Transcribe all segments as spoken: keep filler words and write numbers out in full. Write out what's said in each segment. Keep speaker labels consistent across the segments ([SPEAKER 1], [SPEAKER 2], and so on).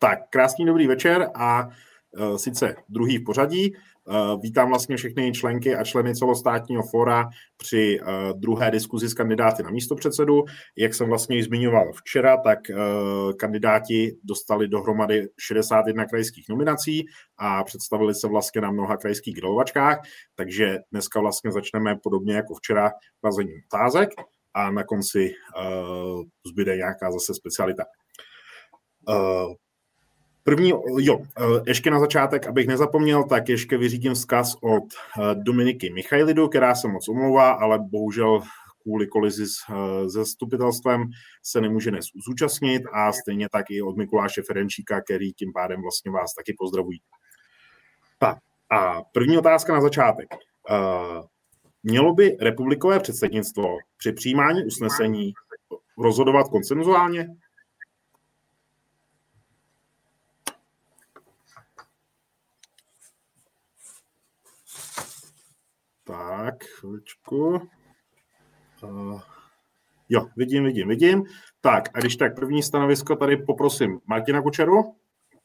[SPEAKER 1] Tak, krásný dobrý večer a uh, sice druhý v pořadí. Uh, vítám vlastně všechny členky a členy celostátního fóra při uh, druhé diskuzi s kandidáty na místopředsedu. Jak jsem vlastně již zmiňoval včera, tak uh, kandidáti dostali dohromady šedesát jedna krajských nominací a představili se vlastně na mnoha krajských grilovačkách, takže dneska vlastně začneme podobně jako včera klazením otázek a na konci uh, zbyde nějaká zase specialita. Uh, První, jo, ještě na začátek, abych nezapomněl, tak ještě vyřídím vzkaz od Dominiky Michailidu, která se moc omlouvá, ale bohužel kvůli kolizi s zastupitelstvem se nemůže dnes zúčastnit a stejně tak i od Mikuláše Ferenčíka, který tím pádem vlastně vás taky pozdravují. Tak a první otázka na začátek. Mělo by republikové předsednictvo při přijímání usnesení rozhodovat konsenzuálně? Tak, chvíličku. Uh, jo, vidím, vidím, vidím. Tak, a když tak první stanovisko tady poprosím Martina Kučeru.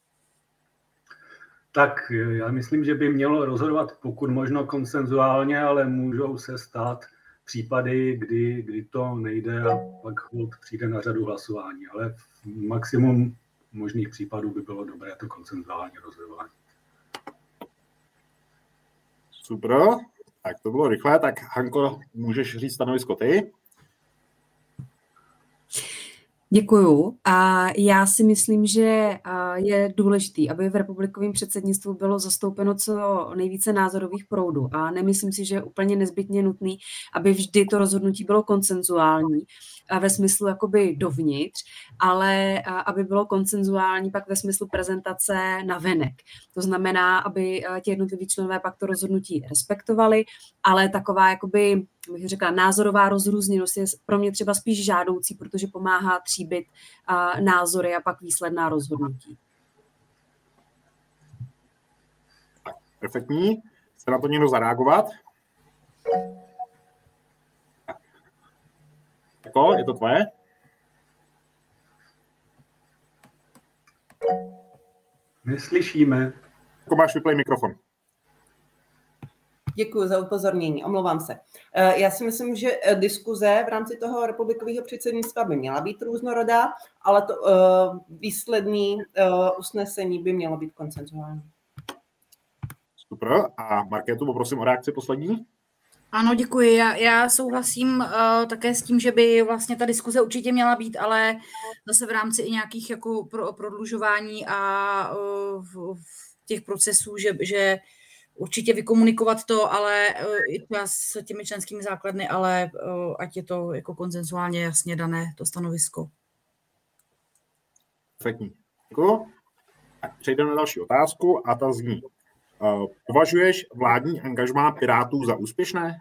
[SPEAKER 2] Tak, já myslím, že by mělo rozhodovat pokud možno konsenzuálně, ale můžou se stát případy, kdy, kdy to nejde a pak hold přijde na řadu hlasování. Ale v maximum možných případů by bylo dobré to konsenzuálně rozhodování.
[SPEAKER 1] Super. Tak to bylo rychlé, tak Hanko, můžeš říct stanovisko ty?
[SPEAKER 3] Děkuju. A já si myslím, že je důležitý, aby v republikovém předsednictvu bylo zastoupeno co nejvíce názorových proudů. A nemyslím si, že je úplně nezbytně nutný, aby vždy to rozhodnutí bylo konsenzuální ve smyslu jakoby dovnitř, ale aby bylo konsenzuální pak ve smyslu prezentace navenek. To znamená, aby ti jednotliví členové pak to rozhodnutí respektovali, ale taková jakoby, bych řekla, názorová rozrůzněnost je pro mě třeba spíš žádoucí, protože pomáhá tříbit uh, názory a pak výsledná rozhodnutí.
[SPEAKER 1] Tak, perfektní. Chce na to někdo zareagovat? Jako, je to tvoje?
[SPEAKER 2] Neslyšíme.
[SPEAKER 1] Jako máš vyplej mikrofon.
[SPEAKER 4] Děkuji za upozornění, omlouvám se. Já si myslím, že diskuze v rámci toho republikového předsednictva by měla být různorodá, ale to výsledné usnesení by mělo být konsenzuální.
[SPEAKER 1] Super. A Markétu poprosím o reakci poslední.
[SPEAKER 5] Ano, děkuji. Já, já souhlasím uh, také s tím, že by vlastně ta diskuze určitě měla být, ale zase v rámci i nějakých jako pro, prodlužování a uh, v, v těch procesů, že, že určitě vykomunikovat to, ale uh, i s těmi členskými základny, ale uh, ať je to jako konsenzuálně jasně dané to stanovisko.
[SPEAKER 1] Perfektní. Děkuji. Tak přejdeme na další otázku a ta zní. Uh, považuješ vládní angažmá Pirátů za úspěšné?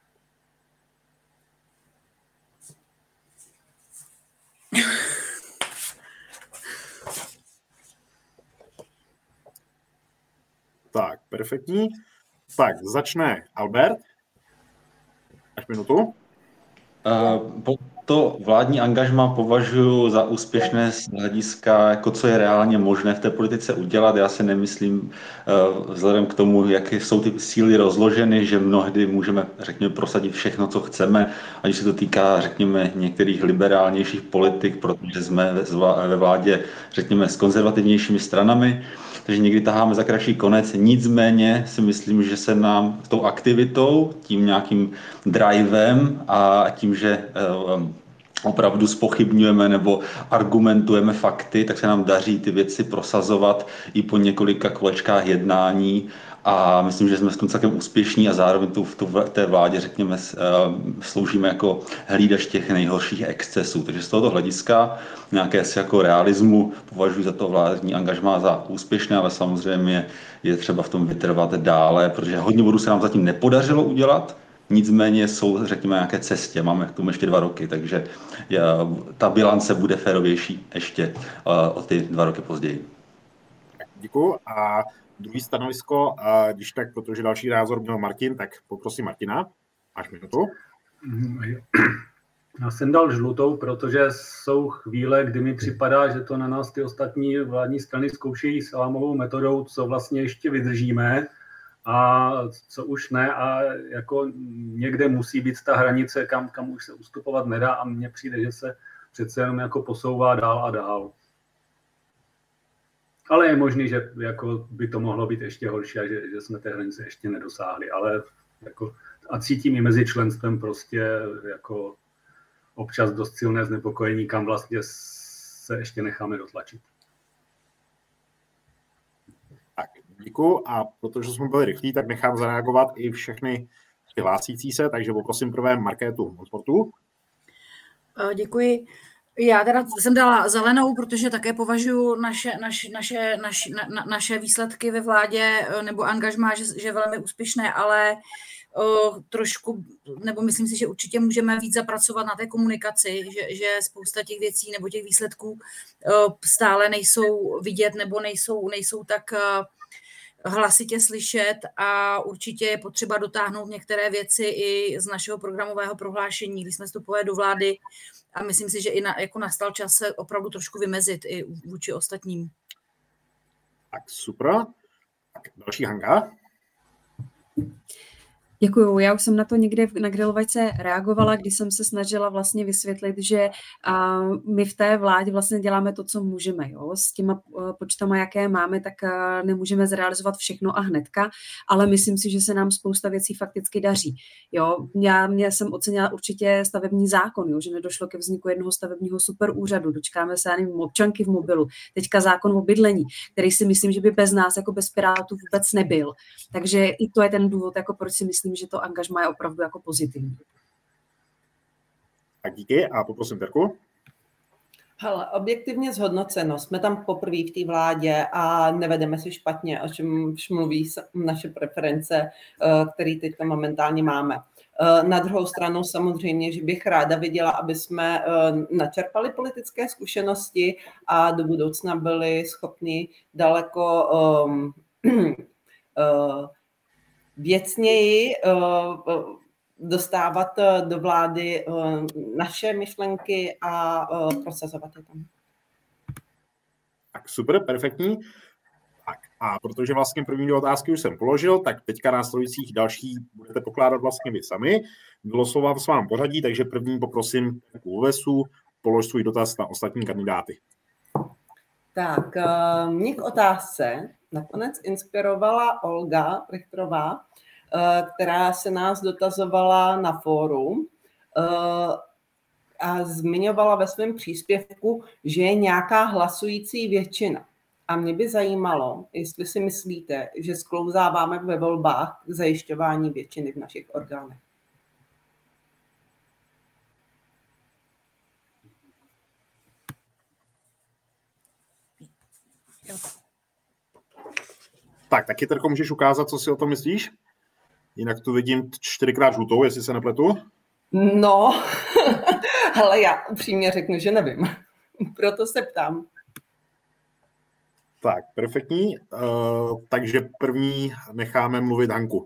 [SPEAKER 1] Tak, perfektní. Tak, začne Albert. Až minutu.
[SPEAKER 6] Uh, to vládní angažmá považuji za úspěšné z hlediska, jako co je reálně možné v té politice udělat. Já si nemyslím, vzhledem k tomu, jak jsou ty síly rozloženy, že mnohdy můžeme, řekněme, prosadit všechno, co chceme, ať se to týká, řekněme, některých liberálnějších politik, protože jsme ve vládě, řekněme, s konzervativnějšími stranami. Takže někdy taháme za kratší konec. Nicméně si myslím, že se nám tou aktivitou, tím nějakým drivem a tím, že opravdu zpochybňujeme nebo argumentujeme fakty, tak se nám daří ty věci prosazovat i po několika kolečkách jednání. A myslím, že jsme v tom celkem úspěšní a zároveň tu, v, tu, v té vládě, řekněme, sloužíme jako hlídač těch nejhorších excesů. Takže z tohoto hlediska nějaké si jako realismu považuji za to vládní angažmá za úspěšné, ale samozřejmě je třeba v tom vytrvat dále, protože hodně bodů se nám zatím nepodařilo udělat, nicméně jsou, řekněme, nějaké cestě. Máme k tomu ještě dva roky, takže ta bilance bude férovější ještě o ty dva roky později.
[SPEAKER 1] Děkuji. A druhý stanovisko, a když tak, protože další názor měl Martin, tak poprosím Martina. Máš minutu.
[SPEAKER 2] Já jsem dal žlutou, protože jsou chvíle, kdy mi připadá, že to na nás ty ostatní vládní strany zkoušejí salámovou metodou, co vlastně ještě vydržíme a co už ne, a jako někde musí být ta hranice, kam, kam už se ustupovat nedá, a mně přijde, že se přece jenom jako posouvá dál a dál. Ale je možný, že jako by to mohlo být ještě horší a že, že jsme té hranice ještě nedosáhli, ale jako, a cítím i mezi členstvem prostě jako občas dost silné znepokojení, kam vlastně se ještě necháme dotlačit.
[SPEAKER 1] Tak, děkuji, a protože jsme byli rychlí, tak nechám zareagovat i všechny hlásící se, takže poprosím prvé Markétu od sportu.
[SPEAKER 5] Děkuji. Já teda jsem dala zelenou, protože také považuji naše, naše, naše, naše, na, naše výsledky ve vládě nebo angažmá, že, že velmi úspěšné, ale o, trošku, nebo myslím si, že určitě můžeme víc zapracovat na té komunikaci, že, že spousta těch věcí nebo těch výsledků o, stále nejsou vidět nebo nejsou, nejsou tak o, hlasitě slyšet, a určitě je potřeba dotáhnout některé věci i z našeho programového prohlášení, když jsme vstupovali do vlády, a myslím si, že i na, jako nastal čas se opravdu trošku vymezit i vůči ostatním.
[SPEAKER 1] Tak super. Tak další Hanka.
[SPEAKER 3] Děkuju. Já už jsem na to někde na grilovačce reagovala, když jsem se snažila vlastně vysvětlit, že uh, my v té vládě vlastně děláme to, co můžeme. Jo? S těma uh, počtama, jaké máme, tak uh, nemůžeme zrealizovat všechno a hnedka, ale myslím si, že se nám spousta věcí fakticky daří. Jo? Já mě jsem ocenila určitě stavební zákon, jo? Že nedošlo ke vzniku jednoho stavebního superúřadu, dočkáme se, já nevím, občanky v mobilu, teďka zákon o bydlení, který si myslím, že by bez nás, jako bez Pirátů, vůbec nebyl. Takže i to je ten důvod, jako proč si myslím, že to angažmá je opravdu jako pozitivní.
[SPEAKER 1] Tak díky, a poprosím Terku.
[SPEAKER 4] Hele, objektivně zhodnoceno, jsme tam poprvé v té vládě a nevedeme si špatně, o čem mluví naše preference, které teď momentálně máme. Na druhou stranu samozřejmě, že bych ráda viděla, aby jsme načerpali politické zkušenosti a do budoucna byli schopni daleko um, uh, věcněji uh, dostávat do vlády uh, naše myšlenky a uh, prosazovat je tam.
[SPEAKER 1] Tak super, perfektní. Tak a protože vlastně první dvě otázky už jsem položil, tak teďka následujících další budete pokládat vlastně vy sami. Vylosovat s vám pořadí, takže první poprosím Uvesu, polož svůj dotaz na ostatní kandidáty.
[SPEAKER 4] Tak, uh, mě k otázce nakonec inspirovala Olga Richterová, která se nás dotazovala na fórum a zmiňovala ve svém příspěvku, že je nějaká hlasující většina. A mě by zajímalo, jestli si myslíte, že sklouzáváme ve volbách k zajišťování většiny v našich orgánech.
[SPEAKER 1] Tak, taky Terko, můžeš ukázat, co si o tom myslíš? Jinak tu vidím čtyřikrát žlutou, jestli se nepletu.
[SPEAKER 4] No, ale já upřímně řeknu, že nevím. Proto se ptám.
[SPEAKER 1] Tak, perfektní. Uh, takže první necháme mluvit Hanku.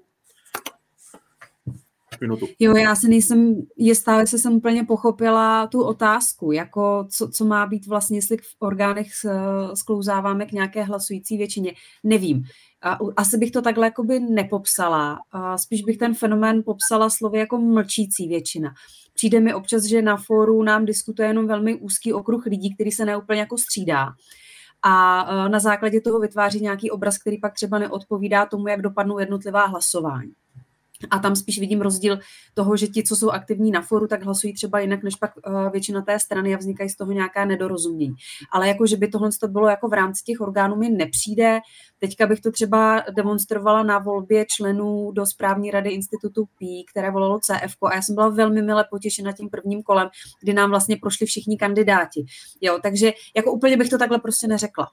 [SPEAKER 1] Minutu.
[SPEAKER 3] Jo, já si nejsem jistá, jestli jsem úplně pochopila tu otázku, jako co, co má být vlastně, jestli v orgánech sklouzáváme k nějaké hlasující většině. Nevím. Asi bych to takhle jakoby nepopsala. Spíš bych ten fenomén popsala slovy jako mlčící většina. Přijde mi občas, že na fóru nám diskutuje jenom velmi úzký okruh lidí, který se neúplně jako střídá. A na základě toho vytváří nějaký obraz, který pak třeba neodpovídá tomu, jak dopadnou jednotlivá hlasování. A tam spíš vidím rozdíl toho, že ti, co jsou aktivní na foru, tak hlasují třeba jinak než pak většina té strany a vznikají z toho nějaká nedorozumění. Ale jako, že by tohle to bylo jako v rámci těch orgánů, mi nepřijde. Teďka bych to třeba demonstrovala na volbě členů do správní rady institutu P I, které volalo C F ko, a já jsem byla velmi mile potěšena tím prvním kolem, kdy nám vlastně prošli všichni kandidáti. Jo, takže jako úplně bych to takhle prostě neřekla.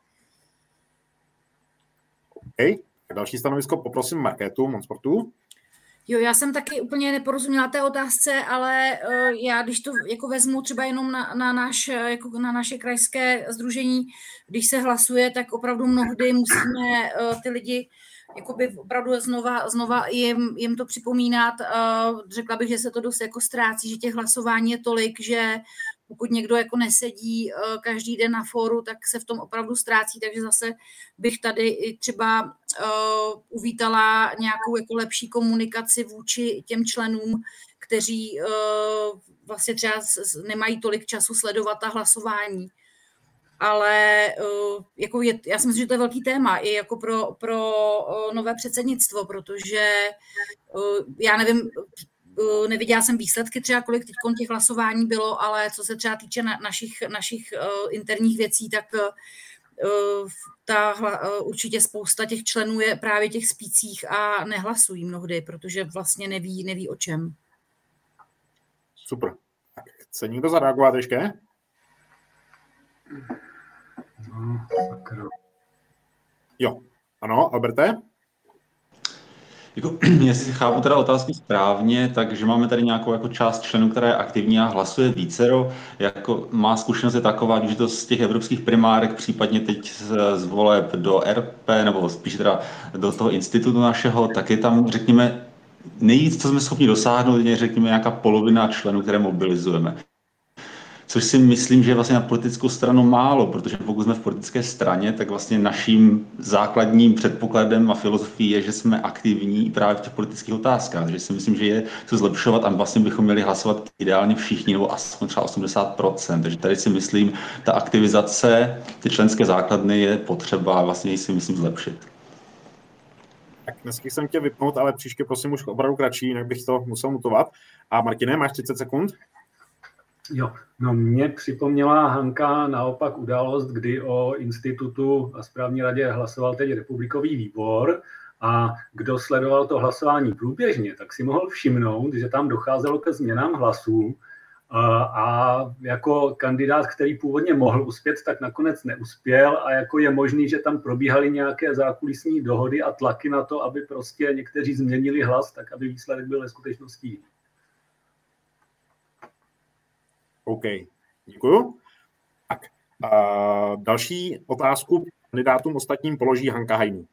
[SPEAKER 1] OK, další stanovisko poprosím Markétu Monsportu.
[SPEAKER 5] Jo, já jsem taky úplně neporozuměla té otázce, ale uh, já, když to jako vezmu třeba jenom na, na, naš, jako na naše krajské sdružení, když se hlasuje, tak opravdu mnohdy musíme uh, ty lidi jakoby opravdu znova, znova jim, jim to připomínat. Řekla bych, že se to dost jako ztrácí, že těch hlasování je tolik, že pokud někdo jako nesedí každý den na fóru, tak se v tom opravdu ztrácí, takže zase bych tady i třeba uh, uvítala nějakou jako lepší komunikaci vůči těm členům, kteří uh, vlastně třeba nemají tolik času sledovat ta hlasování. Ale uh, jako je, já si myslím, že to je velký téma i jako pro, pro uh, nové předsednictvo, protože uh, já nevím, uh, neviděla jsem výsledky třeba, kolik teď těch hlasování bylo, ale co se třeba týče na, našich, našich uh, interních věcí, tak uh, ta, uh, určitě spousta těch členů je právě těch spících a nehlasují mnohdy, protože vlastně neví, neví o čem.
[SPEAKER 1] Super. Tak chce někdo zareagovat ještě?
[SPEAKER 2] No, sakra.
[SPEAKER 1] Jo, ano, Alberte?
[SPEAKER 6] Jako, jestli chápu teda otázky správně, takže máme tady nějakou jako část členů, která je aktivní a hlasuje vícero. Jako má zkušenost je taková, když to z těch evropských primárek, případně teď z, z voleb do R P, nebo spíš teda do toho institutu našeho, tak je tam, řekněme, nejvíc, co jsme schopni dosáhnout, je řekněme nějaká polovina členů, které mobilizujeme. Což si myslím, že je vlastně na politickou stranu málo, protože pokud jsme v politické straně, tak vlastně naším základním předpokladem a filozofií je, že jsme aktivní právě v těch politických otázkách. Takže si myslím, že je co zlepšovat a vlastně bychom měli hlasovat ideálně všichni, nebo aspoň třeba osmdesát procent. Takže tady si myslím, ta aktivizace, ty členské základny je potřeba vlastně si myslím zlepšit.
[SPEAKER 1] Tak dneska jsem tě vypnout, ale příště prosím už opravdu kratší, jinak bych to musel mutovat. A Martine, máš třicet sekund?
[SPEAKER 2] Jo, no mě připomněla Hanka naopak událost, kdy o institutu a správní radě hlasoval teď republikový výbor a kdo sledoval to hlasování průběžně, tak si mohl všimnout, že tam docházelo ke změnám hlasů a, a jako kandidát, který původně mohl uspět, tak nakonec neuspěl a jako je možný, že tam probíhaly nějaké zákulisní dohody a tlaky na to, aby prostě někteří změnili hlas, tak aby výsledek byl ve skutečnosti jiný.
[SPEAKER 1] OK, děkuju. Tak, uh, další otázku kandidátům ostatním položí Hanka Hajný.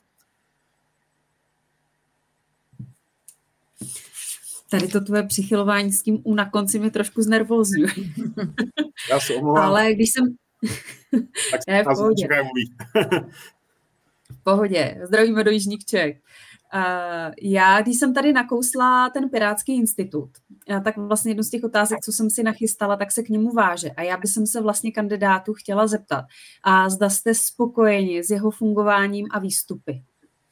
[SPEAKER 3] Tady to tvoje přichylování s tím U na konci mě trošku znervózňuje.
[SPEAKER 1] Já se omlouvám.
[SPEAKER 3] Ale když jsem...
[SPEAKER 1] Tak
[SPEAKER 3] ne, v pohodě. V pohodě. Zdravíme do Jižních Čech. Uh, já, když jsem tady nakousla ten Pirátský institut, uh, tak vlastně jednu z těch otázek, co jsem si nachystala, tak se k němu váže. A já bych se vlastně kandidátu chtěla zeptat, a zda jste spokojeni s jeho fungováním a výstupy.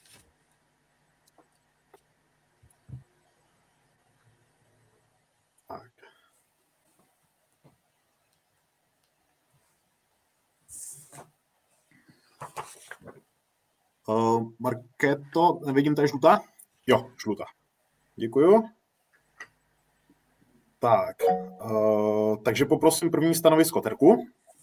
[SPEAKER 1] Uh, Markéto, nevidím tady žlutá? Jo, žlutá. Děkuju. Tak, uh, takže poprosím první stanovisko Terku.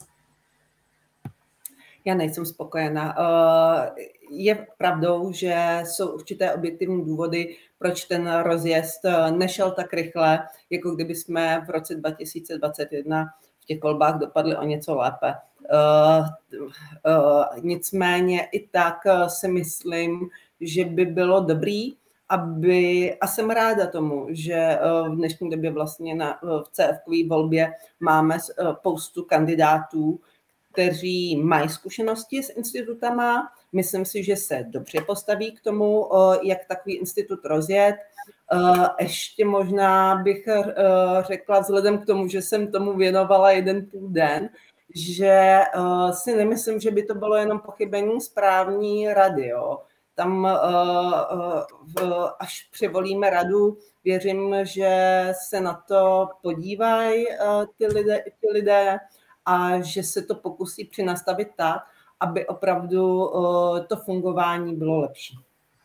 [SPEAKER 4] Já nejsem spokojená. Uh, je pravdou, že jsou určité objektivní důvody, proč ten rozjezd nešel tak rychle, jako kdyby jsme v roce dva tisíce dvacet jedna v těch volbách dopadli o něco lépe. Uh, uh, nicméně i tak uh, si myslím, že by bylo dobrý, aby, a jsem ráda tomu, že uh, v dnešní době vlastně na, uh, v C F-kové volbě máme uh, spoustu kandidátů, kteří mají zkušenosti s institutama. Myslím si, že se dobře postaví k tomu, uh, jak takový institut rozjet. Uh, ještě možná bych uh, řekla, vzhledem k tomu, že jsem tomu věnovala jeden půl den, že uh, si nemyslím, že by to bylo jenom pochybení správní rady. Jo. Tam, uh, uh, až přivolíme radu, věřím, že se na to podívají uh, ty lidé, ty lidé a že se to pokusí přinastavit tak, aby opravdu uh, to fungování bylo lepší.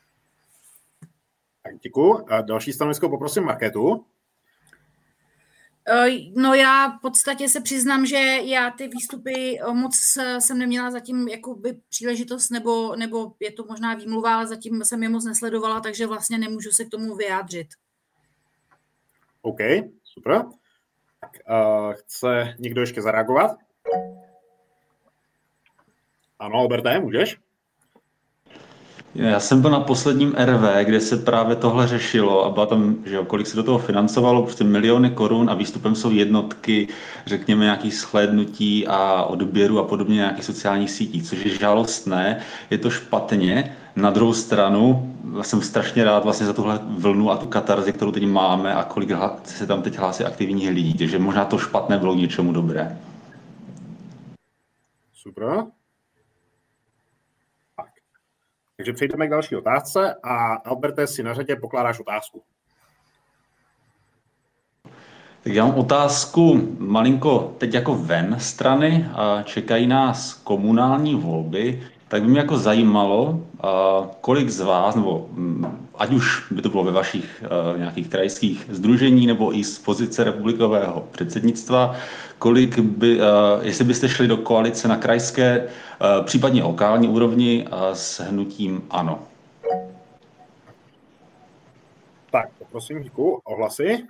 [SPEAKER 1] Tak děkuji. A další stanovisko poprosím Markétu.
[SPEAKER 5] No já v podstatě se přiznám, že já ty výstupy moc jsem neměla zatím jakoby příležitost, nebo, nebo je to možná výmluva, ale zatím jsem je moc nesledovala, takže vlastně nemůžu se k tomu vyjádřit.
[SPEAKER 1] OK, super. Tak, uh, chce někdo ještě zareagovat? Ano, Alberte, můžeš?
[SPEAKER 6] Já jsem byl na posledním R V, kde se právě tohle řešilo a byla tam, že jo, kolik se do toho financovalo, prostě miliony korun a výstupem jsou jednotky, řekněme nějakých shlédnutí a odběru a podobně nějakých sociálních sítí, což je žalostné, je to špatně. Na druhou stranu jsem strašně rád vlastně za tuhle vlnu a tu katarzi, kterou teď máme a kolik se tam teď hlásí aktivních lidí, takže možná to špatné bylo k něčemu dobré.
[SPEAKER 1] Super. Takže přejdeme k další otázce a Alberte, si na řadě pokládáš otázku.
[SPEAKER 6] Tak já mám otázku malinko teď jako ven strany a čekají nás komunální volby, tak by mě jako zajímalo, kolik z vás, nebo ať už by to bylo ve vašich nějakých krajských sdružení nebo i z pozice republikového předsednictva, kolik by, jestli byste šli do koalice na krajské, případně lokální úrovni s hnutím ANO.
[SPEAKER 1] Tak, prosím, děkuji. Ohlasy?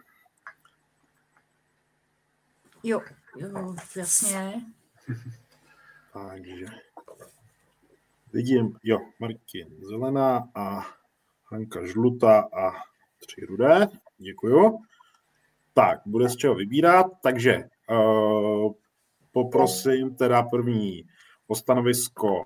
[SPEAKER 5] Jo, jo, jasně.
[SPEAKER 1] Takže vidím, jo, Martin zelená a Hanka žlutá a tři rudé. Děkuju. Tak, bude z čeho vybírat, takže uh, poprosím teda první o stanovisko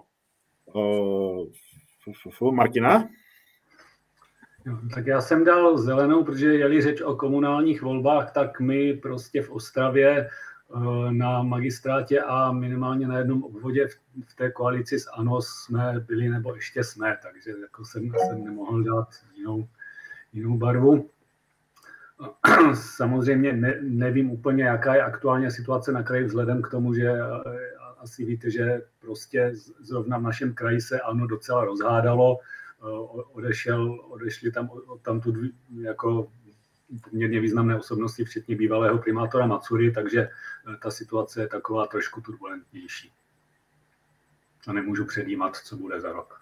[SPEAKER 1] uh, Martina.
[SPEAKER 2] Jo, tak já jsem dal zelenou, protože je-li řeč o komunálních volbách, tak my prostě v Ostravě na magistrátě a minimálně na jednom obvodě v té koalici s ANO jsme byli, nebo ještě jsme, takže jako jsem, jsem nemohl dát jinou, jinou barvu. Samozřejmě ne, nevím úplně, jaká je aktuálně situace na kraji vzhledem k tomu, že asi víte, že prostě zrovna v našem kraji se ANO docela rozhádalo, odešel, odešli tam odtamtud jako poměrně významné osobnosti, včetně bývalého primátora Macury, takže ta situace je taková trošku turbulentnější. A nemůžu předjímat, co bude za rok.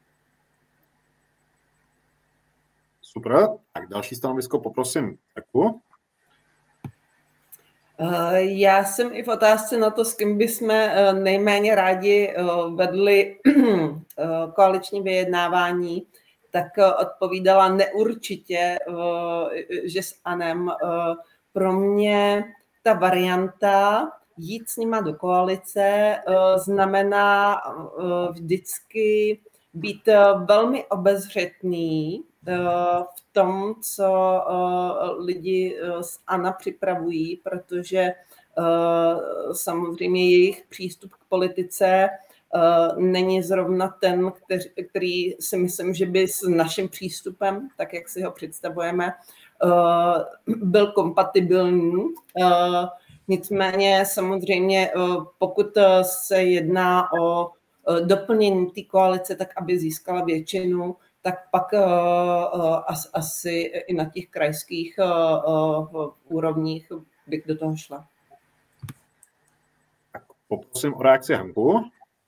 [SPEAKER 1] Super. Tak další stanovisko poprosím Taku.
[SPEAKER 4] Já jsem i v otázce na to, s kým bychom nejméně rádi vedli koaliční vyjednávání, tak odpovídala neurčitě, že s Anem. Pro mě ta varianta jít s nima do koalice znamená vždycky být velmi obezřetný v tom, co lidi z ANO připravují, protože samozřejmě jejich přístup k politice není zrovna ten, který, který si myslím, že by s naším přístupem, tak jak si ho představujeme, byl kompatibilní. Nicméně samozřejmě, pokud se jedná o doplnění té koalice, tak aby získala většinu, tak pak asi i na těch krajských úrovních bych do toho šla.
[SPEAKER 1] Tak poprosím o reakci Hanku.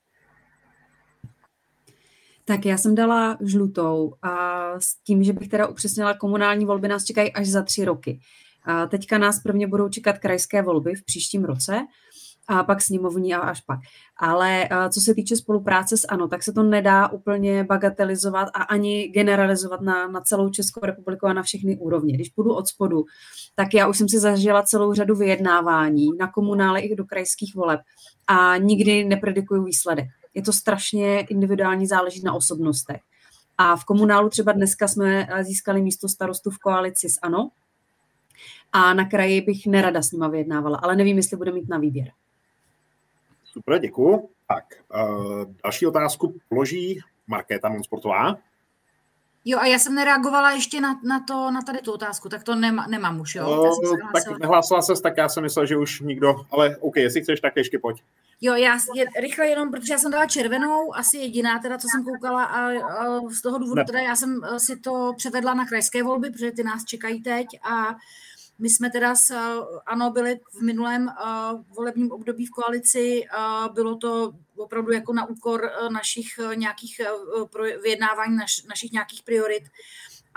[SPEAKER 3] Tak já jsem dala žlutou a s tím, že bych teda upřesnila, komunální volby nás čekají až za tři roky. A teďka nás prvně budou čekat krajské volby v příštím roce a pak sněmovní a až pak. Ale co se týče spolupráce s ANO, tak se to nedá úplně bagatelizovat a ani generalizovat na, na celou Českou republiku a na všechny úrovně. Když půjdu od spodu, tak já už jsem si zažila celou řadu vyjednávání na komunále i do krajských voleb a nikdy nepredikuju výsledek. Je to strašně individuální, záleží na osobnostech. A v komunálu třeba dneska jsme získali místo starostu v koalici s ANO a na kraji bych nerada s nima vyjednávala, ale nevím, jestli bude mít na výběr.
[SPEAKER 1] Super, děkuju. Tak, uh, další otázku položí Markéta Monsportová.
[SPEAKER 5] Jo, a já jsem nereagovala ještě na, na, to, na tady tu otázku, tak to nema, nemám už, jo?
[SPEAKER 1] Uh, tak nehlásila ses, tak já jsem myslel, že už nikdo, ale OK, jestli chceš, tak ještě pojď.
[SPEAKER 5] Jo, já je, rychle jenom, protože já jsem dala červenou, asi jediná teda, co jsem koukala a, a z toho důvodu
[SPEAKER 1] ne.
[SPEAKER 5] teda já jsem si to převedla na krajské volby, protože ty nás čekají teď a my jsme teda s ANO byli v minulém uh, volebním období v koalici, uh, bylo to opravdu jako na úkor uh, našich uh, nějakých uh, pro, vyjednávání, naš, našich nějakých priorit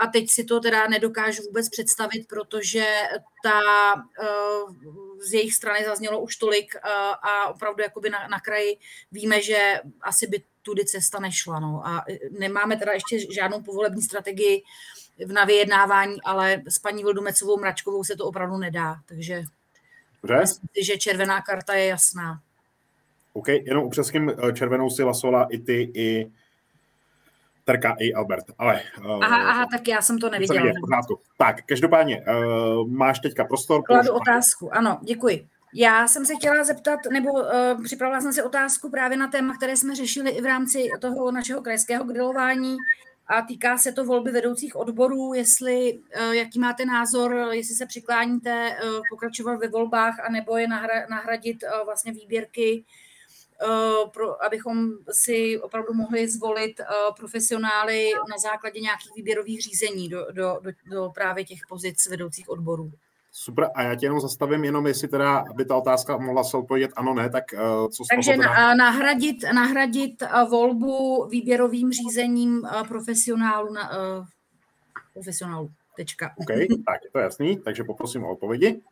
[SPEAKER 5] a teď si to teda nedokážu vůbec představit, protože ta, z jejich strany zaznělo už tolik a opravdu jakoby na, na kraji víme, že asi by tudy cesta nešla. No. A nemáme teda ještě žádnou povolební strategii na vyjednávání, ale s paní Vildumetzovou Mračkovou se to opravdu nedá. Takže myslím si, že červená karta je jasná.
[SPEAKER 1] OK, jenom upřesním, červenou si hlasovala i ty, i Terka, i Albert, ale...
[SPEAKER 5] Aha, aha, tak já jsem to neviděla.
[SPEAKER 1] Je, tak, každopádně, uh, máš teďka prostor.
[SPEAKER 5] Kladu otázku, ano, děkuji. Já jsem se chtěla zeptat, nebo uh, připravila jsem si otázku právě na téma, které jsme řešili i v rámci toho našeho krajského grilování a týká se to volby vedoucích odborů, jestli, uh, jaký máte názor, jestli se přikláníte uh, pokračovat ve volbách, anebo je nahra- nahradit uh, vlastně výběrky, uh, pro, abychom si opravdu mohli zvolit uh, profesionály na základě nějakých výběrových řízení do, do, do, do právě těch pozic vedoucích odborů.
[SPEAKER 1] Super, a já tě jenom zastavím, jenom jestli teda, aby ta otázka mohla se odpovědět ano, ne, tak uh, co z
[SPEAKER 5] Takže
[SPEAKER 1] toho teda...
[SPEAKER 5] nahradit, nahradit volbu výběrovým řízením profesionálu na uh, profesionálu, tečka.
[SPEAKER 1] OK, tak, je to jasný, takže poprosím o odpovědi.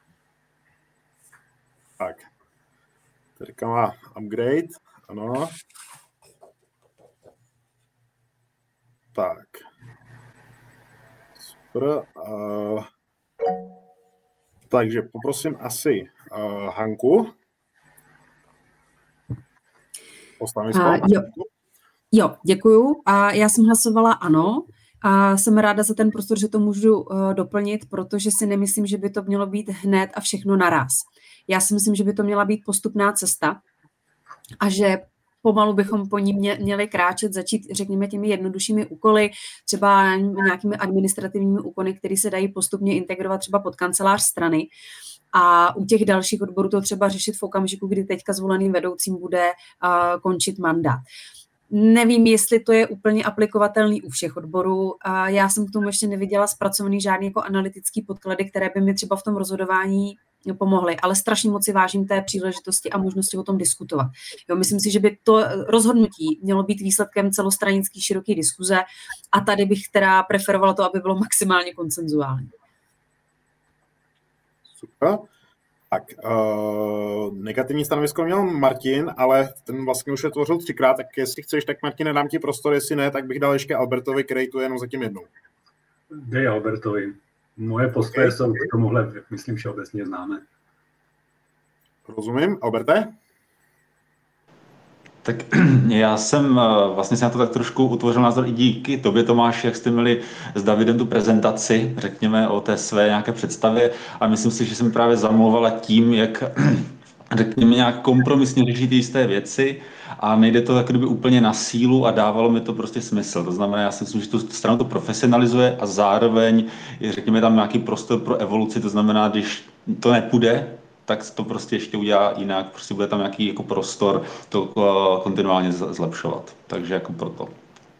[SPEAKER 1] Tak, Terka má upgrade, ano. Tak. Super, uh... Takže poprosím asi uh, Hanku.
[SPEAKER 3] Uh, jo. jo, děkuju. A já jsem hlasovala ano. A jsem ráda za ten prostor, že to můžu uh, doplnit, protože si nemyslím, že by to mělo být hned a všechno naraz. Já si myslím, že by to měla být postupná cesta a že pomalu bychom po ní měli kráčet, začít, řekněme, těmi jednoduššími úkoly, třeba nějakými administrativními úkony, které se dají postupně integrovat třeba pod kancelář strany. A u těch dalších odborů to třeba řešit v okamžiku, kdy teďka zvoleným vedoucím bude uh, končit mandát. Nevím, jestli to je úplně aplikovatelný u všech odborů. A já jsem k tomu ještě neviděla zpracovaný žádný jako analytický podklady, které by mi třeba v tom rozhodování pomohly, ale strašně moc si vážím té příležitosti a možnosti o tom diskutovat. Jo, myslím si, že by to rozhodnutí mělo být výsledkem celostranické široké diskuze a tady bych teda preferovala to, aby bylo maximálně konsenzuální.
[SPEAKER 1] Super. Tak, uh, negativní stanovisko měl Martin, ale ten vlastně už je tvořil třikrát, tak jestli chceš, tak Martin, dám ti prostor, jestli ne, tak bych dal ještě Albertovi, který tu je jenom zatím jednou.
[SPEAKER 2] Dej Albertovi. Moje postoje okay. jsou k tomuhle, myslím, že obecně známe.
[SPEAKER 1] Rozumím. Alberte?
[SPEAKER 6] Tak já jsem vlastně si na to tak trošku utvořil názor i díky tobě, Tomáš, jak jste měli s Davidem tu prezentaci, řekněme, o té své nějaké představě a myslím si, že jsem právě zamlouvala tím, jak řekněme nějak kompromisně řešit jisté věci a nejde to tak kdyby úplně na sílu a dávalo mi to prostě smysl. To znamená, já si myslím, že tu stranu to profesionalizuje a zároveň je, řekněme, tam nějaký prostor pro evoluci, to znamená, když to nepůjde, tak to prostě ještě udělá jinak, prostě bude tam nějaký jako prostor to kontinuálně zlepšovat. Takže jako proto.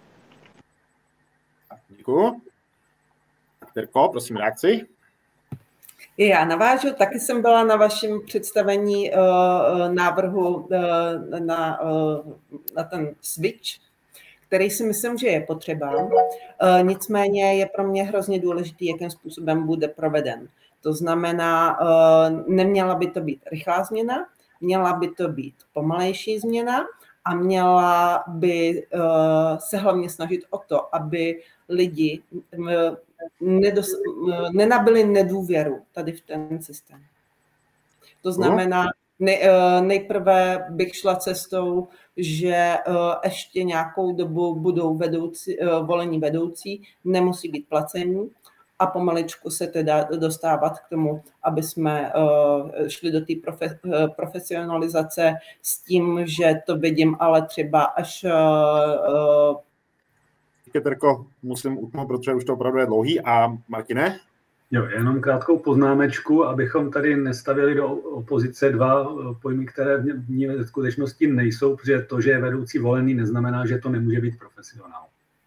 [SPEAKER 1] Děkuju. Terko, prosím reakci.
[SPEAKER 4] Já navážu, taky jsem byla na vašem představení uh, návrhu uh, na, uh, na ten switch, který si myslím, že je potřeba. Uh, nicméně je pro mě hrozně důležitý, jakým způsobem bude proveden. To znamená, uh, neměla by to být rychlá změna, měla by to být pomalejší změna a měla by uh, se hlavně snažit o to, aby lidi uh, nedos, uh, nenabili nedůvěru tady v ten systém. To znamená, nej, uh, nejprve bych šla cestou, že uh, ještě nějakou dobu budou vedoucí, uh, volení vedoucí, nemusí být placení, a pomaličku se teda dostávat k tomu, aby jsme uh, šli do té profe, uh, profesionalizace s tím, že to vidím, ale třeba až... Uh, uh...
[SPEAKER 1] Terko, musím utnout, protože už to opravdu je dlouhý. A Martine?
[SPEAKER 2] Jo, jenom krátkou poznámečku, abychom tady nestavili do opozice dva pojmy, které v skutečnosti nejsou, protože to, že je vedoucí volený, neznamená, že to nemůže být profesionál.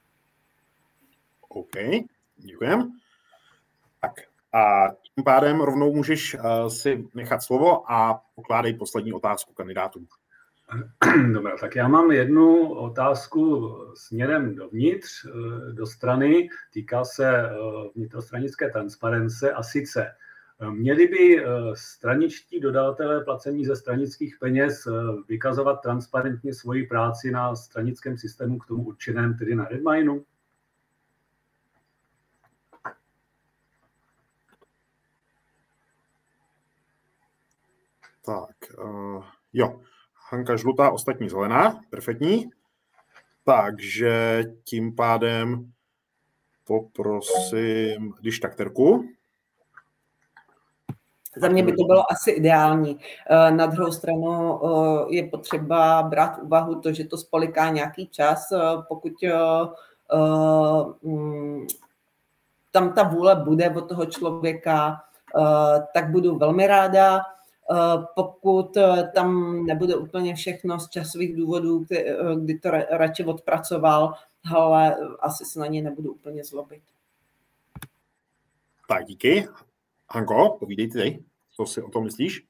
[SPEAKER 1] OK, děkujem. Tak a tím pádem rovnou můžeš uh, si nechat slovo a pokládej poslední otázku kandidátům.
[SPEAKER 2] Dobrá, tak já mám jednu otázku směrem dovnitř, do strany, týká se vnitrostranické transparence a sice měli by straničtí dodavatelé placení ze stranických peněz vykazovat transparentně svoji práci na stranickém systému k tomu určeném, tedy na Redmineu?
[SPEAKER 1] Tak, uh, jo. Hanka žlutá, ostatní zelená. Perfektní. Takže tím pádem poprosím, když tak Terku.
[SPEAKER 4] Za mě by to bylo asi ideální. Na druhou stranu je potřeba brát v úvahu to, že to spoliká nějaký čas. Pokud tam ta vůle bude od toho člověka, tak budu velmi ráda. Pokud tam nebude úplně všechno z časových důvodů, kdy, kdy to radši odpracoval, ale asi se na ně nebudu úplně zlobit.
[SPEAKER 1] Tak, díky. Hanko, povídej ty, co si o tom myslíš?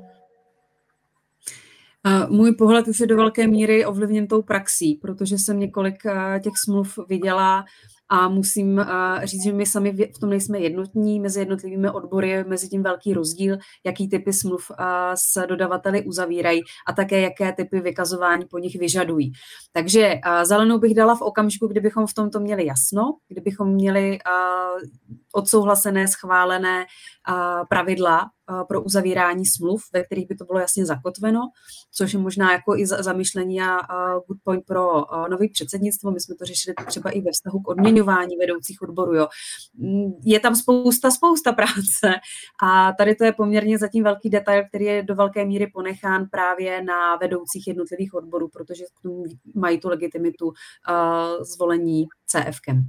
[SPEAKER 3] Můj pohled už je do velké míry ovlivněn tou praxí, protože jsem několik těch smluv viděla a musím říct, že my sami v tom nejsme jednotní, mezi jednotlivými odbory, mezi tím velký rozdíl, jaký typy smluv s dodavateli uzavírají a také jaké typy vykazování po nich vyžadují. Takže zelenou bych dala v okamžiku, kdybychom v tomto měli jasno, kdybychom měli odsouhlasené, schválené pravidla pro uzavírání smluv, ve kterých by to bylo jasně zakotveno, což je možná jako i zamyšlení a good point pro nový předsednictvo. My jsme to řešili třeba i ve vztahu k odměňování vedoucích odborů. Jo. Je tam spousta, spousta práce a tady to je poměrně zatím velký detail, který je do velké míry ponechán právě na vedoucích jednotlivých odborů, protože k tomu mají tu legitimitu uh, zvolení C F kem.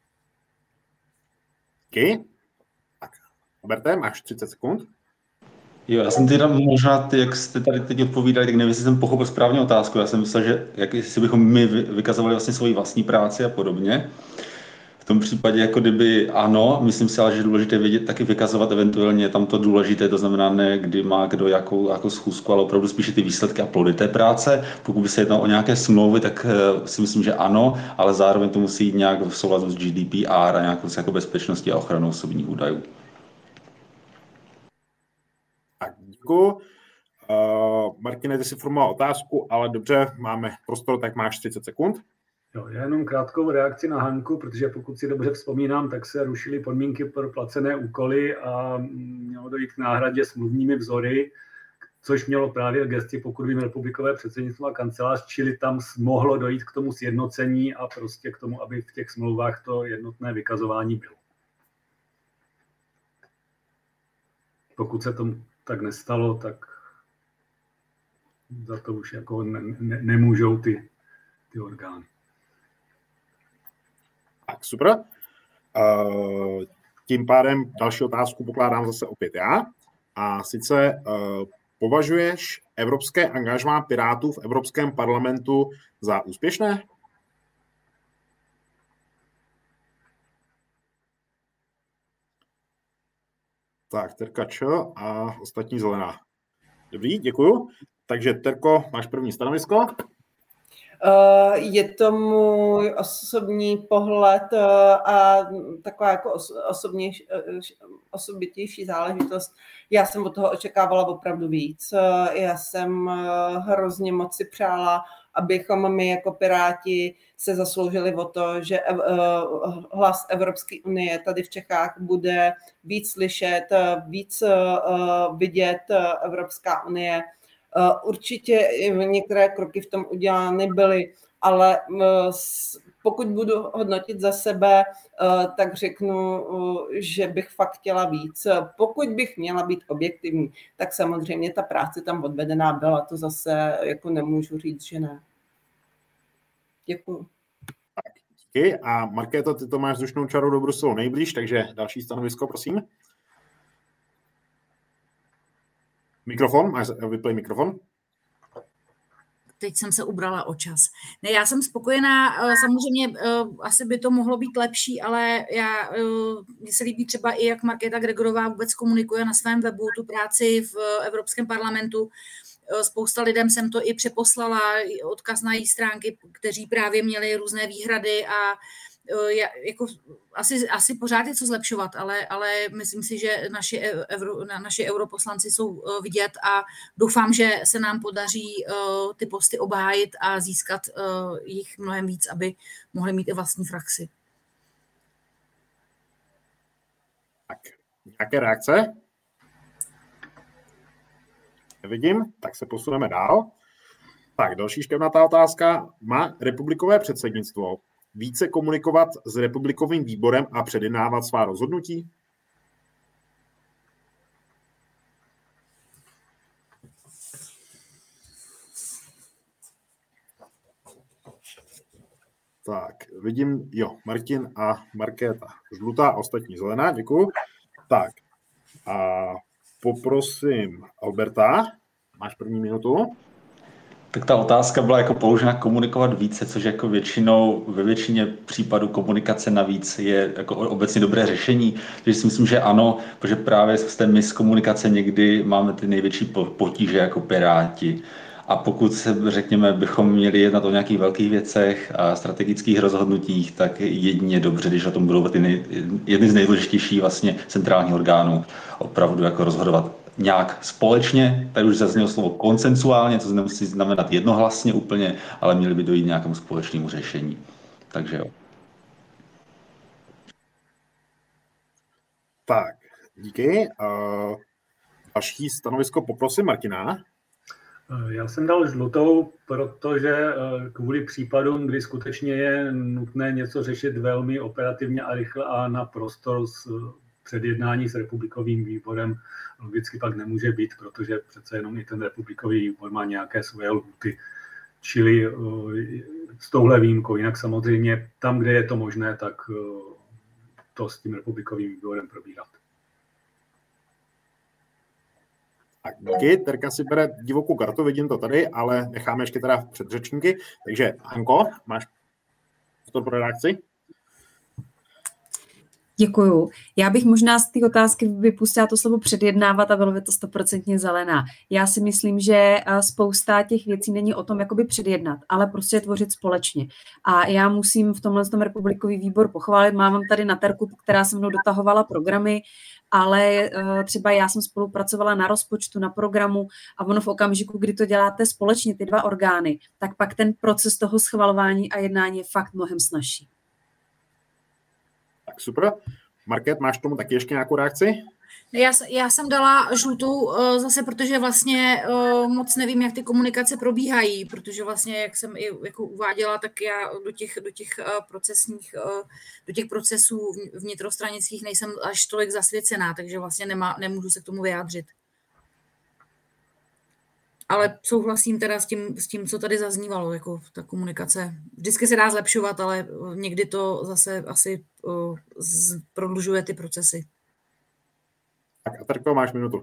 [SPEAKER 1] Díky. Tak, Roberte, máš třicet sekund.
[SPEAKER 6] Jo, já jsem teda možná, ty, jak jste tady teď odpovídali, tak nevím, jestli jsem pochopil správně otázku. Já jsem myslel, že jak, jestli bychom my vykazovali vlastně svoji vlastní práci a podobně. V tom případě, jako kdyby ano, myslím si, ale že je důležité vědět, taky vykazovat eventuálně tam to důležité, to znamená ne, kdy má kdo jakou, jakou schůzku, ale opravdu spíše ty výsledky a plody té práce. Pokud by se jednalo o nějaké smlouvy, tak si myslím, že ano, ale zároveň to musí jít nějak v souladu s G D P R a nějakou jako bezpečností a ochranou osobních údajů.
[SPEAKER 1] Tak, děkuji. Uh, Martine, ty si formuloval otázku, ale dobře, máme prostor, tak máš třicet sekund.
[SPEAKER 2] Jo, já jenom krátkou reakci na Hanku, protože pokud si dobře vzpomínám, tak se rušily podmínky pro placené úkoly a mělo dojít k náhradě smluvními vzory, což mělo právě gestii, pokud vím, republikové předsednictvo a kancelář, čili tam mohlo dojít k tomu sjednocení a prostě k tomu, aby v těch smlouvách to jednotné vykazování bylo. Pokud se tomu tak nestalo, tak za to už jako ne, ne, nemůžou ty, ty orgány.
[SPEAKER 1] Tak, super. Uh, tím pádem další otázku pokládám zase opět já. A sice uh, považuješ evropské angažmá Pirátů v Evropském parlamentu za úspěšné? Tak, Terka Č a ostatní zelená. Dobrý, děkuju. Takže Terko, máš první stanovisko?
[SPEAKER 4] Je to můj osobní pohled a taková jako osobnější, osobitější záležitost. Já jsem od toho očekávala opravdu víc. Já jsem hrozně moc si přála, abychom my jako Piráti se zasloužili o to, že hlas Evropské unie tady v Čechách bude víc slyšet, víc vidět Evropská unie. Určitě některé kroky v tom udělány byly, ale pokud budu hodnotit za sebe, tak řeknu, že bych fakt chtěla víc. Pokud bych měla být objektivní, tak samozřejmě ta práce tam odvedená byla, to zase jako nemůžu říct, že ne. Děkuju.
[SPEAKER 1] Tak, díky. A Markéto, ty to máš vzdušnou čarou do Bruselu nejblíž, takže další stanovisko, prosím. Mikrofon, máš vyplej mikrofon.
[SPEAKER 5] Teď jsem se ubrala o čas. Ne, já jsem spokojená, samozřejmě asi by to mohlo být lepší, ale já, mně se líbí třeba i, jak Markéta Gregorová vůbec komunikuje na svém webu tu práci v Evropském parlamentu. spousta lidem jsem to i přeposlala, odkaz na její stránky, kteří právě měli různé výhrady a jako asi, asi pořád je co zlepšovat, ale, ale myslím si, že naši, euro, naši europoslanci jsou vidět a doufám, že se nám podaří ty posty obhájit a získat jich mnohem víc, aby mohli mít i vlastní frakci.
[SPEAKER 1] Tak, nějaké reakce? Nevidím, tak se posuneme dál. Tak, další šťavnatá otázka. Má republikové předsednictvo více komunikovat s republikovým výborem a předjednávat svá rozhodnutí? Tak, vidím, jo, Martin a Markéta žlutá a ostatní zelená, děkuju. Tak, a poprosím Alberta, máš první minutu.
[SPEAKER 6] Tak ta otázka byla jako položena komunikovat více, což jako většinou, ve většině případů komunikace navíc je jako obecně dobré řešení. Takže si myslím, že ano, protože právě z té miskomunikace někdy máme ty největší potíže jako Piráti. A pokud se, řekněme, bychom měli jednat o nějakých velkých věcech a strategických rozhodnutích, tak jedině dobře, když o tom budou ty nej, jedny z nejdůležitějších vlastně centrálních orgánů opravdu jako rozhodovat nějak společně, tady už zaznělo slovo konsensuálně, to nemusí znamenat jednohlasně úplně, ale měli by dojít nějakému společnému řešení. Takže jo.
[SPEAKER 1] Tak, díky. Uh, další stanovisko poprosím Martina.
[SPEAKER 2] Já jsem dal žlutou, protože kvůli případům, kdy skutečně je nutné něco řešit velmi operativně a rychle a na prostor s předjednání s republikovým výborem logicky pak nemůže být, protože přece jenom i ten republikový výbor má nějaké svoje lhůty. Čili s touhle výjimkou. Jinak samozřejmě tam, kde je to možné, tak to s tím republikovým výborem probírat.
[SPEAKER 1] Tak díky, Terka si bere divokou kartu, vidím to tady, ale necháme ještě teda předřečníky. Takže Hanko, máš to pro reakci?
[SPEAKER 3] Děkuju. Já bych možná z té otázky vypustila to slovo předjednávat a bylo by to stoprocentně zelená. Já si myslím, že spousta těch věcí není o tom jakoby předjednat, ale prostě tvořit společně. A já musím v tomhle tom republikový výbor pochválit. Mám tady na Terku, která se mnou dotahovala programy, ale třeba já jsem spolupracovala na rozpočtu, na programu a ono v okamžiku, kdy to děláte společně, ty dva orgány, tak pak ten proces toho schvalování a jednání je fakt mnohem snazší.
[SPEAKER 1] Tak super. Market, máš k tomu taky ještě nějakou reakci?
[SPEAKER 5] Já, já jsem dala žlutou zase, protože vlastně moc nevím, jak ty komunikace probíhají, protože vlastně, jak jsem i jako uváděla, tak já do těch, do těch procesních, do těch procesů vnitrostranických nejsem až tolik zasvěcená, takže vlastně nemá, nemůžu se k tomu vyjádřit. Ale souhlasím teda s tím, s tím, co tady zaznívalo, jako ta komunikace. Vždycky se dá zlepšovat, ale někdy to zase asi uh, z, prodlužuje ty procesy.
[SPEAKER 1] Tak a Terko, máš minutu.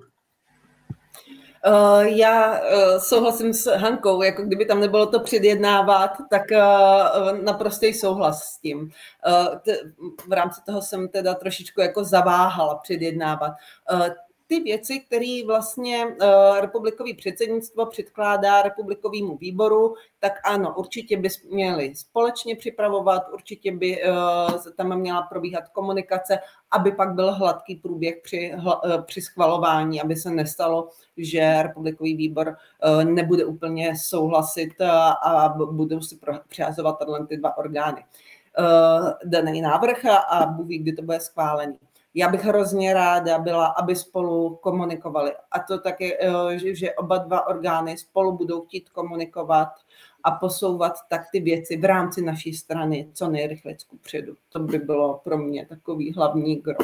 [SPEAKER 4] Uh, já uh, souhlasím s Hankou, jako kdyby tam nebylo to předjednávat, tak uh, naprostý souhlas s tím. Uh, t- v rámci toho jsem teda trošičku jako zaváhala předjednávat. Uh, Ty věci, které vlastně uh, republikový předsednictvo předkládá republikovému výboru, tak ano, určitě by měli společně připravovat, určitě by uh, tam měla probíhat komunikace, aby pak byl hladký průběh při, hla, uh, při schvalování, aby se nestalo, že republikový výbor uh, nebude úplně souhlasit uh, a budou si přihazovat ty dva orgány. Uh, daný návrh a, a Bůh ví, kdy to bude schválený. Já bych hrozně ráda byla, aby spolu komunikovali. A to taky, že oba dva orgány spolu budou chtít komunikovat a posouvat tak ty věci v rámci naší strany co nejrychleji kupředu. To by bylo pro mě takový hlavní gro.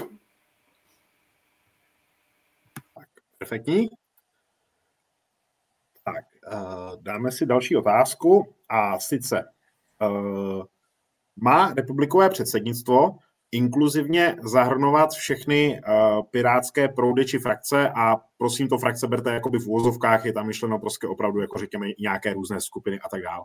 [SPEAKER 1] Tak, perfektní. Tak, dáme si další otázku a sice má republikové předsednictvo inkluzivně zahrnovat všechny uh, pirátské proudy či frakce a prosím to frakce berte jakoby v úvozovkách, je tam myšleno prostě opravdu jako řekněme nějaké různé skupiny a tak dále.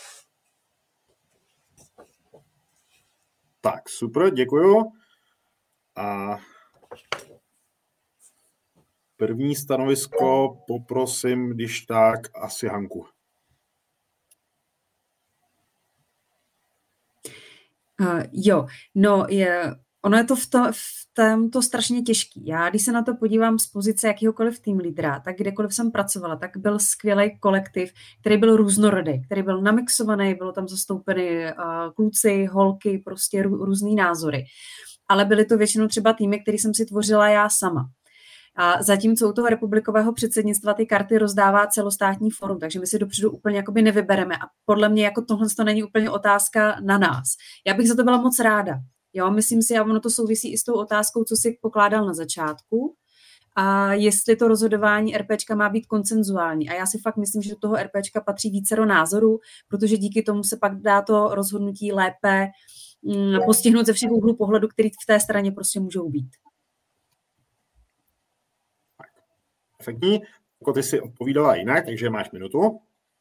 [SPEAKER 1] Tak, super, děkuju. A první stanovisko poprosím, když tak, asi Hanku.
[SPEAKER 3] Uh, jo, no je, ono je to v, to v tomto strašně těžký. Já, když se na to podívám z pozice jakýhokoliv tým lídra, tak kdekoliv jsem pracovala, tak byl skvělý kolektiv, který byl různorodý, který byl namixovaný, bylo tam zastoupeny uh, kluci, holky, prostě rů, různý názory. Ale byly to většinou třeba týmy, které jsem si tvořila já sama. A zatímco u toho republikového předsednictva ty karty rozdává celostátní forum, takže my si dopředu úplně jakoby nevybereme. A podle mě jako tohle to není úplně otázka na nás. Já bych za to byla moc ráda. Jo, myslím si, a ono to souvisí i s tou otázkou, co si pokládal na začátku, a jestli to rozhodování RPčka má být konsenzuální. A já si fakt myslím, že do toho RPčka patří vícero názorů, protože díky tomu se pak dá to rozhodnutí lépe mm, postihnout ze všech úhlů pohledu, který v té straně prostě můžou být.
[SPEAKER 1] Perfektní. Jako ty si odpovídala jinak, takže máš minutu.
[SPEAKER 4] Uh,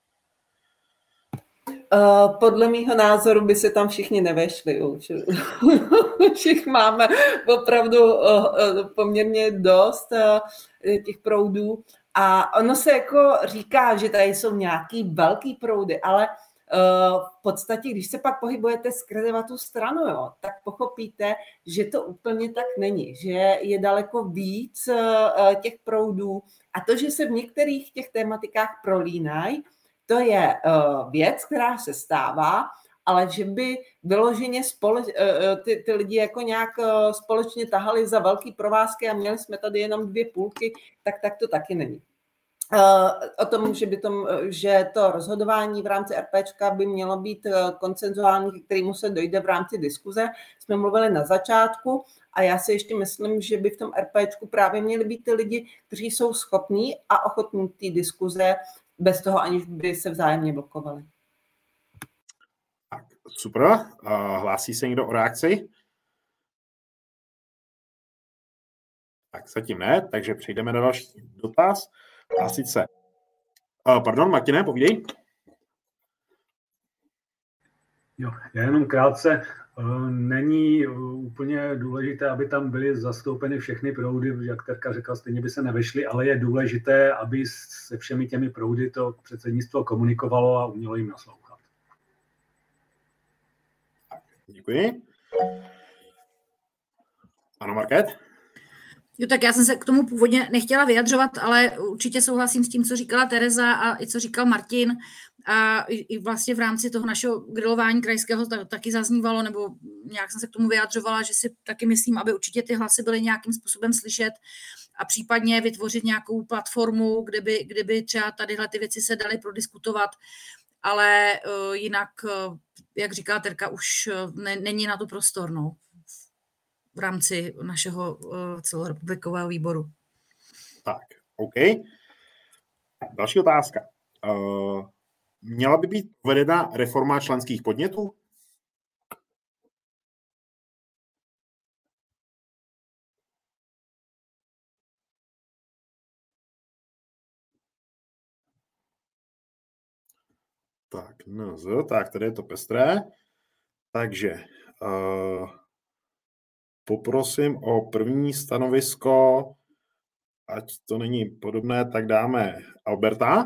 [SPEAKER 4] podle mýho názoru by se tam všichni nevešli. Už, už jich máme opravdu uh, poměrně dost uh, těch proudů. A ono se jako říká, že tady jsou nějaký velký proudy, ale uh, v podstatě, když se pak pohybujete skrze tu stranu, jo, tak pochopíte, že to úplně tak není, že je daleko víc uh, těch proudů a to, že se v některých těch tématikách prolínají, to je uh, věc, která se stává, ale že by vyloženě společ, uh, ty, ty lidi jako nějak uh, společně tahali za velký provázky a měli jsme tady jenom dvě půlky, tak, tak to taky není. Uh, o tom, že, by tom, že to rozhodování v rámci RPčka by mělo být konsenzuální, kterému se dojde v rámci diskuze, jsme mluvili na začátku a já si ještě myslím, že by v tom RPčku právě měli být ty lidi, kteří jsou schopní a ochotní té diskuze bez toho, aniž by se vzájemně blokovali.
[SPEAKER 1] Tak, super. Uh, hlásí se někdo o reakci? Tak zatím ne, takže přejdeme na další dotaz. A sice, uh, pardon, Martine, povídej.
[SPEAKER 2] Jo, já jenom krátce, uh, není úplně důležité, aby tam byly zastoupeny všechny proudy, jak Terka řekla, stejně by se nevešly, ale je důležité, aby se všemi těmi proudy to předsednictvo komunikovalo a umělo jim naslouchat.
[SPEAKER 1] Děkuji. Ano, Market?
[SPEAKER 5] Jo, tak já jsem se k tomu původně nechtěla vyjadřovat, ale určitě souhlasím s tím, co říkala Tereza a i co říkal Martin. A i vlastně v rámci toho našeho grilování krajského taky zaznívalo, nebo nějak jsem se k tomu vyjadřovala, že si taky myslím, aby určitě ty hlasy byly nějakým způsobem slyšet a případně vytvořit nějakou platformu, kde by, kde by třeba tadyhle ty věci se daly prodiskutovat, ale uh, jinak, uh, jak říká Terka, už ne, není na to prostor, no, v rámci našeho uh, celorepublikového výboru.
[SPEAKER 1] Tak, OK. Další otázka. Uh, měla by být uvedena reforma členských podnětů? Tak, no, tak, tady je to pestré. Takže uh, poprosím o první stanovisko, ať to není podobné, tak dáme Alberta.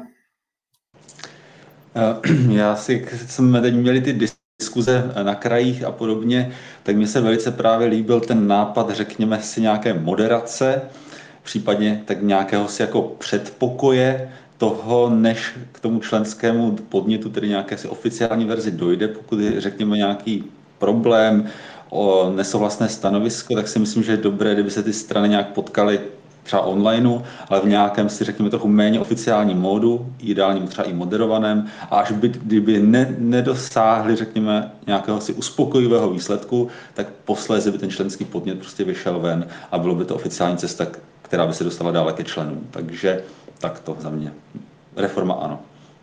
[SPEAKER 6] Já si, jsme teď měli ty diskuze na krajích a podobně, tak mně se velice právě líbil ten nápad, řekněme si, nějaké moderace, případně tak nějakého si jako předpokoje toho, než k tomu členskému podnětu, tedy nějaké si oficiální verzi dojde, pokud je, řekněme, nějaký problém, o nesouhlasné stanovisko, tak si myslím, že je dobré, kdyby se ty strany nějak potkaly třeba online, ale v nějakém si řekněme trochu méně oficiálním módu, ideálně třeba i moderovaném, a až by, kdyby ne, nedosáhli, řekněme, nějakého si uspokojivého výsledku, tak posléze by ten členský podnět prostě vyšel ven a bylo by to oficiální cesta, která by se dostala dále ke členům. Takže tak to za mě. Reforma ano.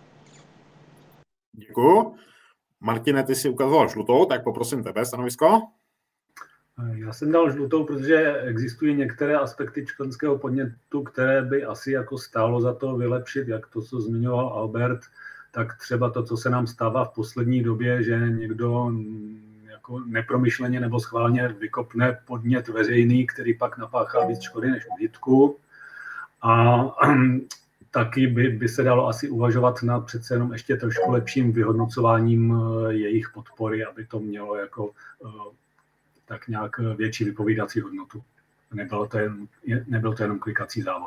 [SPEAKER 1] Děkuju. Martine, ty si ukazoval žlutou, tak poprosím tebe stanovisko.
[SPEAKER 2] Já jsem dal žlutou, protože existují některé aspekty členského podnětu, které by asi jako stálo za to vylepšit, jak to, co zmiňoval Albert, tak třeba to, co se nám stává v poslední době, že někdo jako nepromyšleně nebo schválně vykopne podnět veřejný, který pak napáchá víc škody než užitku. A taky by, by se dalo asi uvažovat nad přece jenom ještě trošku lepším vyhodnocováním jejich podpory, aby to mělo jako tak nějak větší vypovídací hodnotu. Nebylo to, jen, nebyl to jenom klikací závod.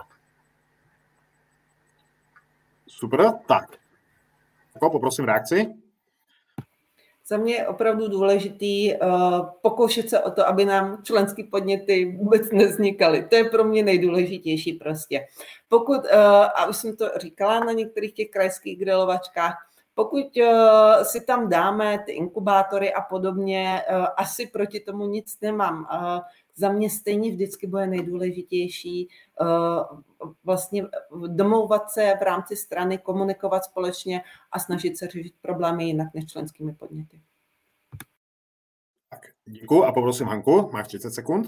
[SPEAKER 1] Super, tak. Tako, poprosím reakci.
[SPEAKER 4] Za mě je opravdu důležitý uh, pokoušet se o to, aby nám členské podněty vůbec nevznikaly. To je pro mě nejdůležitější prostě. Pokud, uh, a už jsem to říkala na některých těch krajských grilovačkách, pokud uh, si tam dáme ty inkubátory a podobně, uh, asi proti tomu nic nemám. Uh, za mě stejně vždycky bude nejdůležitější uh, vlastně domlouvat se v rámci strany, komunikovat společně a snažit se řešit problémy jinak než členskými podněty.
[SPEAKER 1] Tak, děkuji a poprosím Hanku, máš třicet sekund.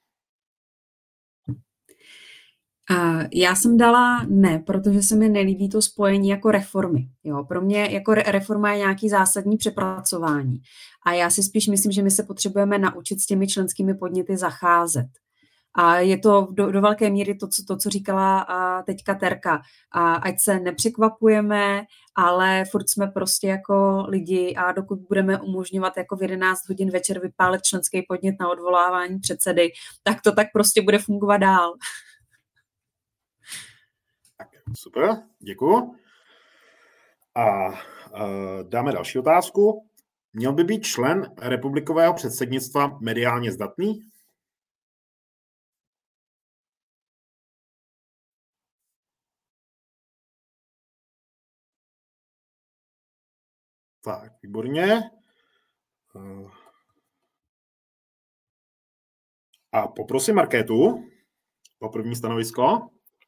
[SPEAKER 3] Uh, já jsem dala ne, protože se mi nelíbí to spojení jako reformy. Jo, pro mě jako re- reforma je nějaký zásadní přepracování. A já si spíš myslím, že my se potřebujeme naučit s těmi členskými podněty zacházet. A je to do, do velké míry to, co, to, co říkala a teďka Terka. A ať se nepřekvapujeme, ale furt jsme prostě jako lidi a dokud budeme umožňovat jako v jedenáct hodin večer vypálit členský podnět na odvolávání předsedy, tak to tak prostě bude fungovat dál.
[SPEAKER 1] Tak, super, děkuji. A uh, dáme další otázku. Měl by být člen republikového předsednictva mediálně zdatný? Tak, výborně. A poprosím Markétu o první stanovisko.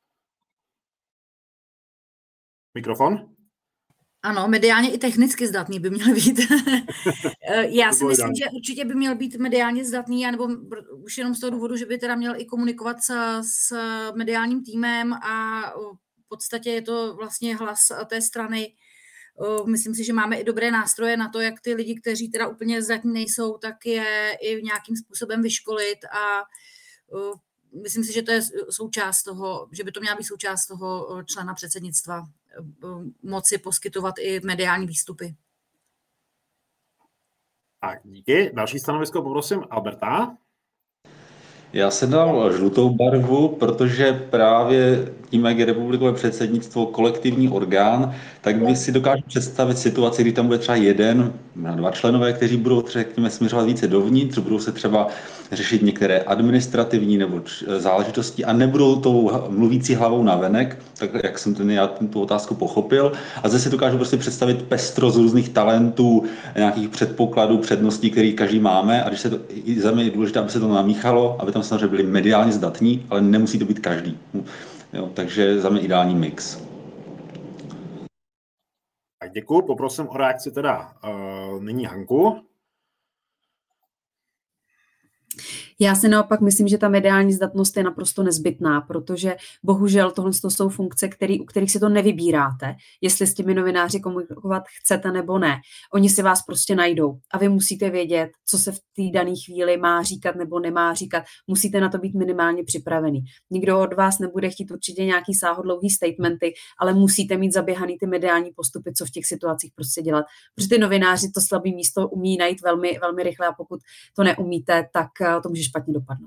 [SPEAKER 1] Mikrofon.
[SPEAKER 5] Ano, mediálně i technicky zdatný by měl být. Já si myslím, že určitě by měl být mediálně zdatný, anebo už jenom z toho důvodu, že by teda měl i komunikovat s, s mediálním týmem a v podstatě je to vlastně hlas té strany. Myslím si, že máme i dobré nástroje na to, jak ty lidi, kteří teda úplně zdatní nejsou, tak je i nějakým způsobem vyškolit a myslím si, že to je součást toho, že by to měla být součást toho člena předsednictva, moci poskytovat i mediální výstupy.
[SPEAKER 1] Tak, díky. Další stanovisko poprosím Alberta.
[SPEAKER 6] Já jsem dal žlutou barvu, protože právě tím, jak je republikové předsednictvo kolektivní orgán, tak bych si dokážu představit situaci, kdy tam bude třeba jeden, dva členové, kteří budou řekněme směřovat více dovnitř, budou se třeba řešit některé administrativní nebo záležitosti a nebudou tou mluvící hlavou navenek, tak jak jsem ten, já tu otázku pochopil. A zde si dokážu prostě představit pestrost různých talentů, nějakých předpokladů, předností, který každý máme. A když se to, za mě je důležité, aby se to namíchalo, aby tam samozřejmě byli mediálně zdatní, ale nemusí to být každý. Jo, takže za mě ideální mix.
[SPEAKER 1] Tak děkuji, poprosím o reakci teda uh, nyní Hanku.
[SPEAKER 3] Já si naopak myslím, že ta mediální zdatnost je naprosto nezbytná, protože bohužel tohle jsou funkce, který, u kterých si to nevybíráte, jestli s těmi novináři komunikovat chcete nebo ne. Oni si vás prostě najdou a vy musíte vědět, co se v té dané chvíli má říkat nebo nemá říkat. Musíte na to být minimálně připravený. Nikdo od vás nebude chtít určitě nějaký sáhodlouhý statementy, ale musíte mít zaběhaný ty mediální postupy, co v těch situacích prostě dělat. Protože ty novináři to slabé místo umí najít velmi, velmi rychle a pokud to neumíte, tak to může špatně dopadnout.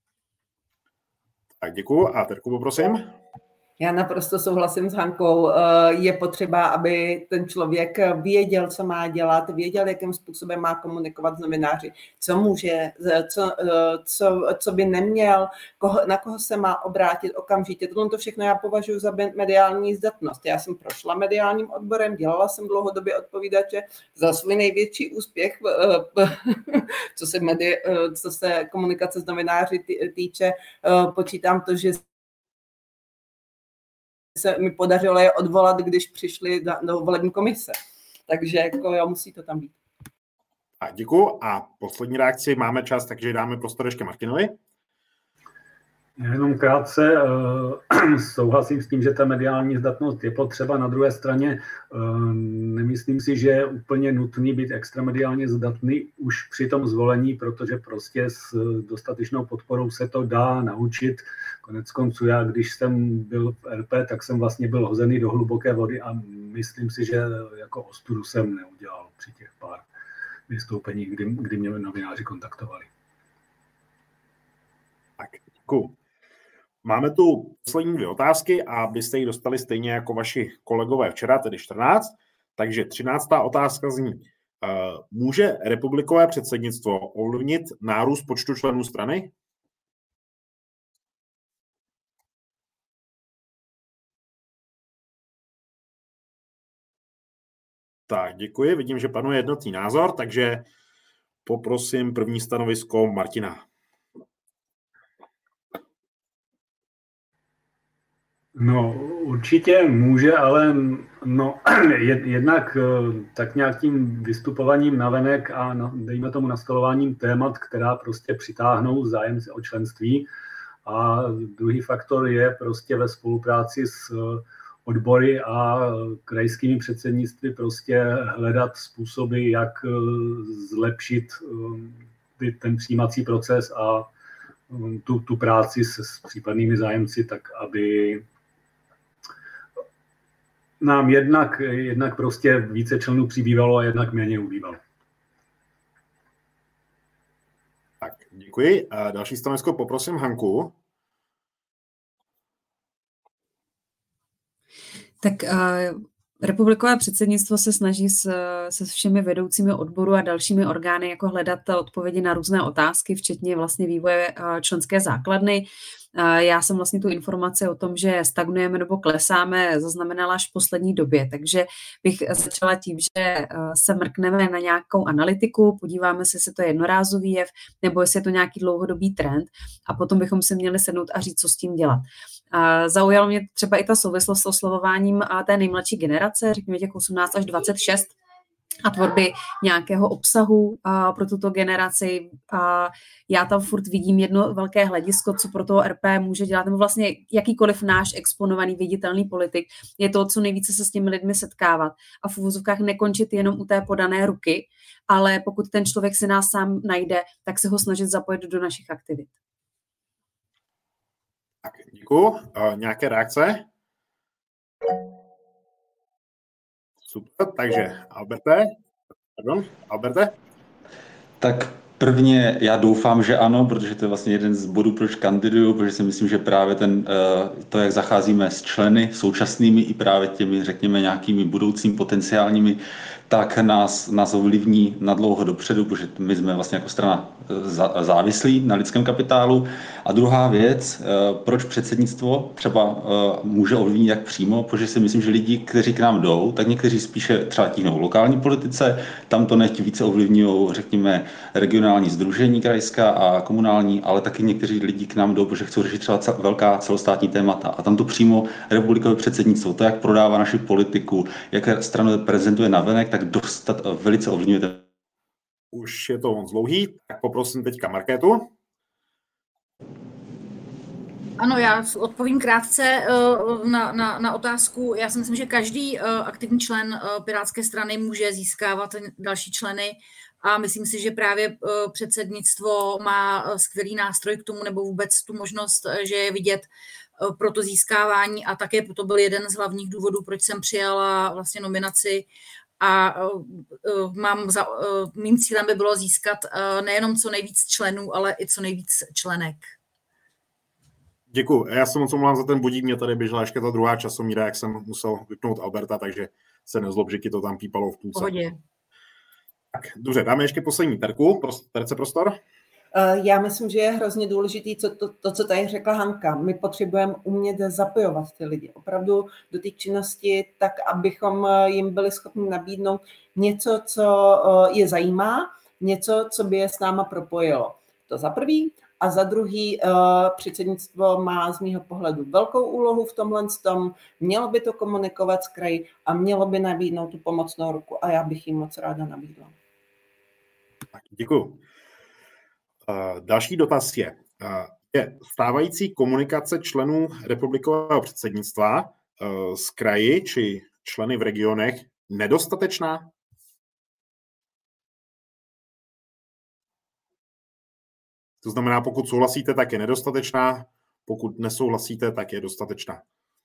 [SPEAKER 1] Tak děkuju. A Terku poprosím.
[SPEAKER 4] Já naprosto souhlasím s Hankou. Je potřeba, aby ten člověk věděl, co má dělat, věděl, jakým způsobem má komunikovat s novináři, co může, co, co, co by neměl, koho, na koho se má obrátit okamžitě. Tohle to všechno já považuji za mediální zdatnost. Já jsem prošla mediálním odborem, dělala jsem dlouhodobě odpovídače za svůj největší úspěch, co se, medi, co se komunikace s novináři týče. Počítám to, že se mi podařilo je odvolat, když přišli do volební komise. Takže jako jo, musí to tam být.
[SPEAKER 1] A děkuju. A poslední reakci, máme čas, takže dáme prostor ještě Martinovi.
[SPEAKER 2] Já jenom krátce uh, souhlasím s tím, že ta mediální zdatnost je potřeba. Na druhé straně uh, nemyslím si, že je úplně nutný být extramediálně zdatný už při tom zvolení, protože prostě s dostatečnou podporou se to dá naučit. Konec konců já, když jsem byl v er pé, tak jsem vlastně byl hozený do hluboké vody a myslím si, že jako ostudu jsem neudělal při těch pár vystoupeních, kdy, kdy mě novináři kontaktovali.
[SPEAKER 1] Tak, děkuji. Máme tu poslední dvě otázky a byste ji dostali stejně jako vaši kolegové včera, tedy čtrnáct. Takže třináctá otázka zní, může republikové předsednictvo ovlivnit nárůst počtu členů strany? Tak, děkuji. Vidím, že panuje jednotný názor, takže poprosím první stanovisko Martina.
[SPEAKER 2] No, určitě může, ale no, jednak tak nějak tím vystupováním navenek a no, dejme tomu nastolováním témat, která prostě přitáhnou zájem o členství. A druhý faktor je prostě ve spolupráci s odbory a krajskými předsednictví prostě hledat způsoby, jak zlepšit ten přijímací proces a tu, tu práci se s případnými zájemci, tak aby nám jednak, jednak prostě více členů přibývalo a jednak méně ubývalo.
[SPEAKER 1] Tak, děkuji. A další stanovisko poprosím Hanku.
[SPEAKER 3] Tak uh, republikové předsednictvo se snaží s, se všemi vedoucími odboru a dalšími orgány jako hledat odpovědi na různé otázky, včetně vlastně vývoje uh, členské základny. Uh, já jsem vlastně tu informaci o tom, že stagnujeme nebo klesáme, zaznamenala až v poslední době, takže bych začala tím, že uh, se mrkneme na nějakou analytiku, podíváme se, jestli to je jednorázový jev, nebo jestli je to nějaký dlouhodobý trend a potom bychom si měli sednout a říct, co s tím dělat. Uh, zaujalo mě třeba i ta souvislost s oslovováním uh, té nejmladší generace, řekněme těch osmnáct až dvacet šest a tvorby nějakého obsahu uh, pro tuto generaci. Uh, já tam furt vidím jedno velké hledisko, co pro toho er pé může dělat, nebo vlastně jakýkoliv náš exponovaný viditelný politik, je to, co nejvíce se s těmi lidmi setkávat a v uvozovkách nekončit jenom u té podané ruky, ale pokud ten člověk si nás sám najde, tak se ho snažit zapojit do našich aktivit.
[SPEAKER 1] Tak, děkuju. Uh, nějaké reakce? Super, takže Alberte, pardon, Alberte?
[SPEAKER 6] Tak prvně já doufám, že ano, protože to je vlastně jeden z bodů, proč kandiduju, protože si myslím, že právě ten, to, jak zacházíme s členy současnými i právě těmi, řekněme, nějakými budoucími potenciálními, tak nás, nás ovlivní na dlouho dopředu, protože my jsme vlastně jako strana závislí na lidském kapitálu. A druhá věc, proč předsednictvo třeba může ovlivnit jak přímo, protože si myslím, že lidi, kteří k nám jdou, tak někteří spíše třeba tíhnou lokální politice, tam to nechť více ovlivňují, řekněme, regionální sdružení krajská a komunální, ale taky někteří lidi k nám jdou, protože chcou řešit třeba velká celostátní témata. A tam to přímo republikové předsednictvo, to, jak prodává naši politiku, jak stranu prezentuje navenek, tak dostat velice ovlivňuje.
[SPEAKER 1] Už je to moc dlouhý, tak poprosím teďka Markétu.
[SPEAKER 5] Ano, já odpovím krátce na, na, na otázku. Já si myslím, že každý aktivní člen Pirátské strany může získávat další členy a myslím si, že právě předsednictvo má skvělý nástroj k tomu, nebo vůbec tu možnost, že je vidět pro to získávání a také to byl jeden z hlavních důvodů, proč jsem přijala vlastně nominaci a mám za, mým cílem by bylo získat nejenom co nejvíc členů, ale i co nejvíc členek.
[SPEAKER 1] Děkuji. Já se moc omlouvám za ten budík, mě tady běžela ještě ta druhá časomíra, jak jsem musel vypnout Alberta, takže se nezlob, že ti to tam pípalo v půlce.
[SPEAKER 5] Pohodě.
[SPEAKER 1] Tak, dobře, dáme ještě poslední terku, terce prostor.
[SPEAKER 4] Já myslím, že je hrozně důležité co to, to, co tady řekla Hanka. My potřebujeme umět zapojovat ty lidi opravdu do té činnosti, tak abychom jim byli schopni nabídnout něco, co je zajímá, něco, co by je s náma propojilo. To za prvý. A za druhý, předsednictvo má z mýho pohledu velkou úlohu v tomhle tom, mělo by to komunikovat s kraji a mělo by nabídnout tu pomocnou ruku a já bych jim moc ráda nabídla.
[SPEAKER 1] Tak, děkuju. Další dotaz je, Je stávající komunikace členů republikového předsednictva s kraji či členy v regionech nedostatečná? To znamená, pokud souhlasíte, tak je nedostatečná, pokud nesouhlasíte, tak je dostatečná.